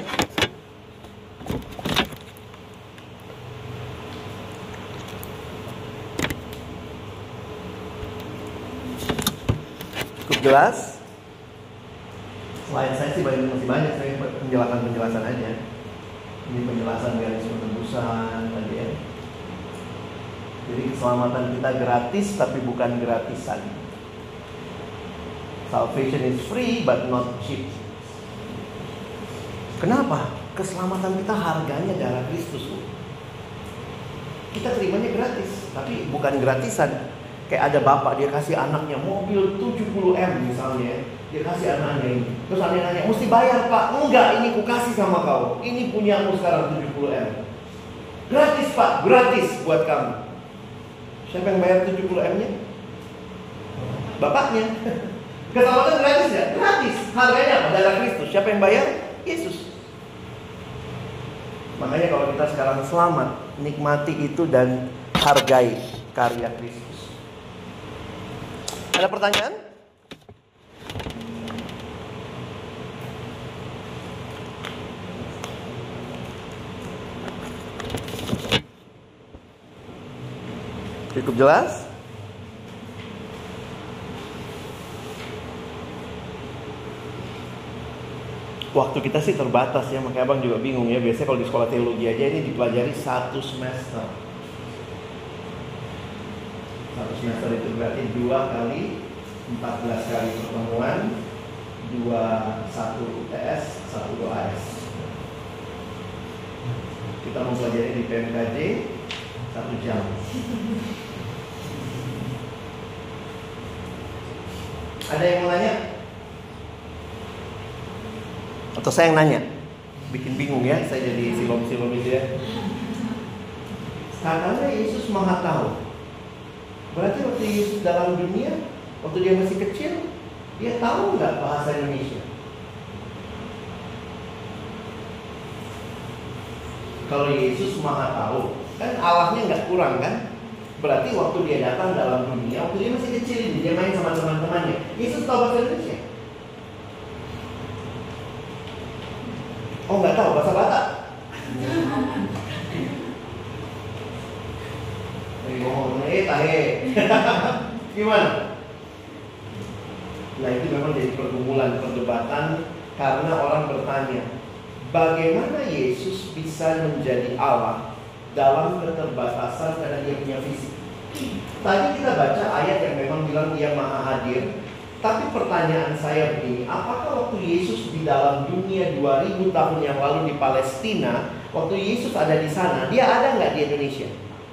Cukup jelas? Selain saya sih banyak, masih banyak. Saya penjelasan-penjelasan aja. Ini penjelasan garis penebusan tadi ya. Jadi keselamatan kita gratis tapi bukan gratisan. Salvation is free but not cheap. Kenapa? Keselamatan kita harganya darah Kristus. Kita terimanya gratis, tapi bukan gratisan. Kayak ada bapak, dia kasih anaknya mobil tujuh puluh M misalnya. Dia kasih anaknya ini. Terus anaknya nanya, mesti bayar pak? Enggak, ini ku kasih sama kau. Ini punyamu sekarang tujuh puluh M. Gratis pak, gratis buat kamu. Siapa yang bayar tujuh puluh M-nya? Bapaknya. Keselamatan gratis ya? Gratis. Harganya apa? Darah Kristus. Siapa yang bayar? Yesus. Makanya kalau kita sekarang selamat, nikmati itu dan hargai karya Kristus. Ada pertanyaan? Cukup jelas? Waktu kita sih terbatas ya, makanya abang juga bingung ya. Biasanya kalau di sekolah teologi aja ini dipelajari satu semester. Satu semester itu berarti dua kali empat belas kali pertemuan, dua satu U T S, satu U A S. Kita mempelajari di P M K J satu jam. Ada yang mau nanya? Atau saya yang nanya? Bikin bingung ya, saya jadi silom-silom itu ya. Katanya Yesus Maha Tahu. Berarti waktu Yesus dalam dunia, waktu dia masih kecil, dia tahu nggak bahasa Indonesia? Kalau Yesus Maha Tahu, kan Allahnya nggak kurang kan? Berarti waktu dia datang dalam dunia, waktu dia masih kecil, dia main sama teman-temannya, Yesus tahu bahasa Indonesia? Oh nggak tahu bahasa Batak? Lagi ngomong eh tahe. Gimana? Nah itu memang jadi pergumulan, perdebatan, karena orang bertanya, bagaimana Yesus bisa menjadi Allah dalam keterbatasan karena dia punya fisik? Tadi kita baca ayat yang memang bilang dia maha hadir. Tapi pertanyaan saya begini, apakah waktu Yesus di dalam dunia dua ribu tahun yang lalu di Palestina, waktu Yesus ada di sana, dia ada nggak di Indonesia?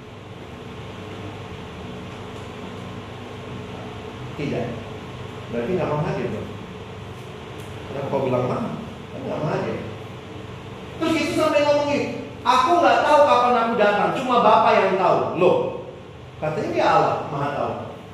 Tidak. Berarti nggak mau hadir dong. Kenapa kau bilang mah? Kan nggak mau hadir. Terus Yesus sampai ngomongin, aku nggak tahu kapan aku datang, cuma Bapa yang tahu. Loh, katanya dia Allah, Maha Tahu.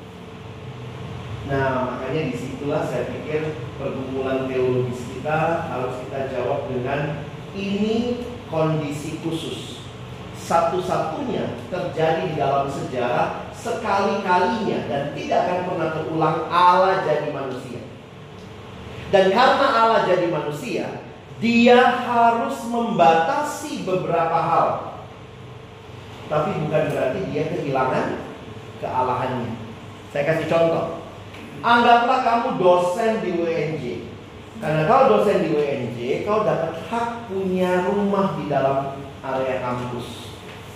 Nah, makanya disitulah saya pikir pergumulan teologis kita harus kita jawab dengan ini kondisi khusus. Satu-satunya terjadi di dalam sejarah sekali-kalinya dan tidak akan pernah terulang Allah jadi manusia. Dan karena Allah jadi manusia, Dia harus membatasi beberapa hal. Tapi bukan berarti Dia kehilangan kealahannya. Saya kasih contoh. Anggaplah kamu dosen di U N J. Karena kau dosen di U N J, kau dapat hak punya rumah di dalam area kampus.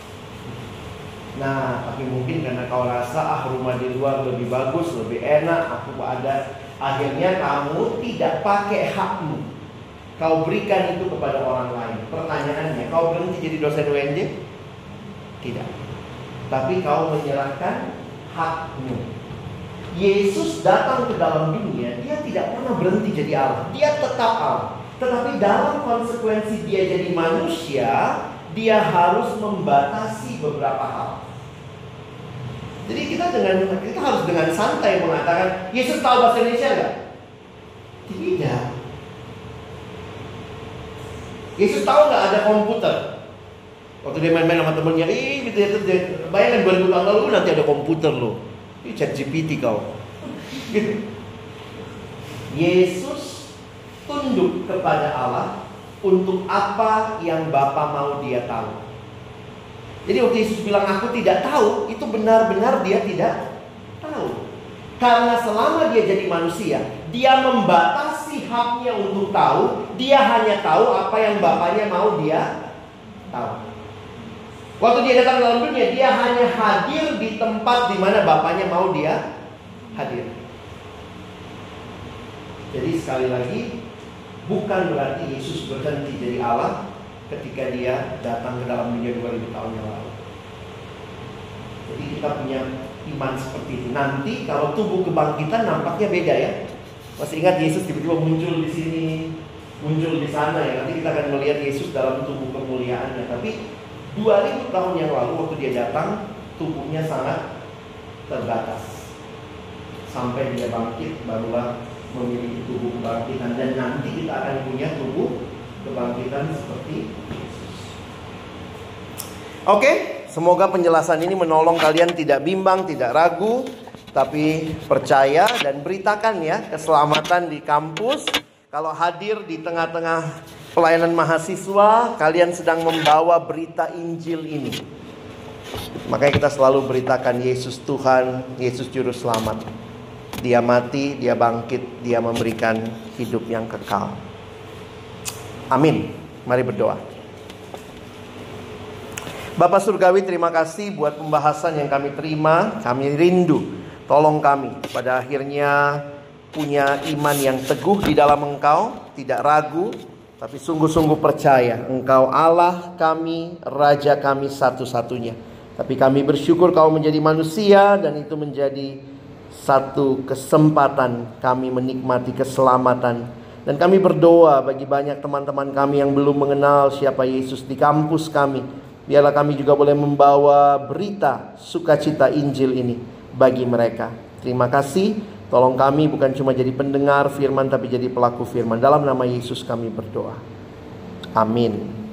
Nah, tapi mungkin karena kau rasa ah rumah di luar lebih bagus, lebih enak, aku ada. Akhirnya kamu tidak pakai hakmu. Kau berikan itu kepada orang lain. Pertanyaannya, kau berhenti jadi dosen U N J? Tidak. Tapi kau menyerahkan hakmu. Yesus datang ke dalam dunia, Dia tidak pernah berhenti jadi Allah. Dia tetap Allah. Tetapi dalam konsekuensi Dia jadi manusia, Dia harus membatasi beberapa hal. Jadi kita dengan kita harus dengan santai mengatakan, Yesus tahu bahasa Indonesia enggak? Tidak. Yesus tahu nggak ada komputer? Waktu dia main-main sama temennya, ih gitu ya, bayangkan dua ribu tahun lalu nanti ada komputer loh. Ini Chat G P T kau. Gitu. Yesus tunduk kepada Allah untuk apa yang Bapa mau Dia tahu. Jadi waktu Yesus bilang aku tidak tahu, itu benar-benar Dia tidak tahu. Karena selama Dia jadi manusia, Dia membatasi haknya untuk tahu. Dia hanya tahu apa yang Bapaknya mau Dia tahu. Waktu Dia datang dalam dunia, Dia hanya hadir di tempat di mana Bapaknya mau Dia hadir. Jadi sekali lagi, bukan berarti Yesus berhenti jadi Allah ketika Dia datang ke dalam dunia dua ribu tahun yang lalu. Jadi kita punya iman seperti itu. Nanti kalau tubuh kebangkitan nampaknya beda ya. Masih ingat Yesus tiba-tiba muncul di sini, muncul di sana ya. Nanti kita akan melihat Yesus dalam tubuh kemuliaannya. Tapi dua ribu tahun yang lalu waktu Dia datang, tubuhnya sangat terbatas. Sampai Dia bangkit barulah memiliki tubuh kebangkitan. Dan nanti kita akan punya tubuh kebangkitan seperti Yesus. Oke, semoga penjelasan ini menolong kalian tidak bimbang, tidak ragu, tapi percaya dan beritakan ya keselamatan di kampus. Kalau hadir di tengah-tengah pelayanan mahasiswa, kalian sedang membawa berita Injil ini. Makanya kita selalu beritakan Yesus Tuhan, Yesus Juru Selamat. Dia mati, Dia bangkit, Dia memberikan hidup yang kekal. Amin. Mari berdoa. Bapak Surgawi, terima kasih buat pembahasan yang kami terima. Kami rindu, tolong kami pada akhirnya punya iman yang teguh di dalam Engkau, tidak ragu, tapi sungguh-sungguh percaya Engkau Allah kami, Raja kami satu-satunya. Tapi kami bersyukur Kau menjadi manusia, dan itu menjadi satu kesempatan kami menikmati keselamatan. Dan kami berdoa bagi banyak teman-teman kami yang belum mengenal siapa Yesus di kampus kami. Biarlah kami juga boleh membawa berita sukacita Injil ini bagi mereka. Terima kasih. Tolong kami bukan cuma jadi pendengar firman, tapi jadi pelaku firman. Dalam nama Yesus kami berdoa. Amin.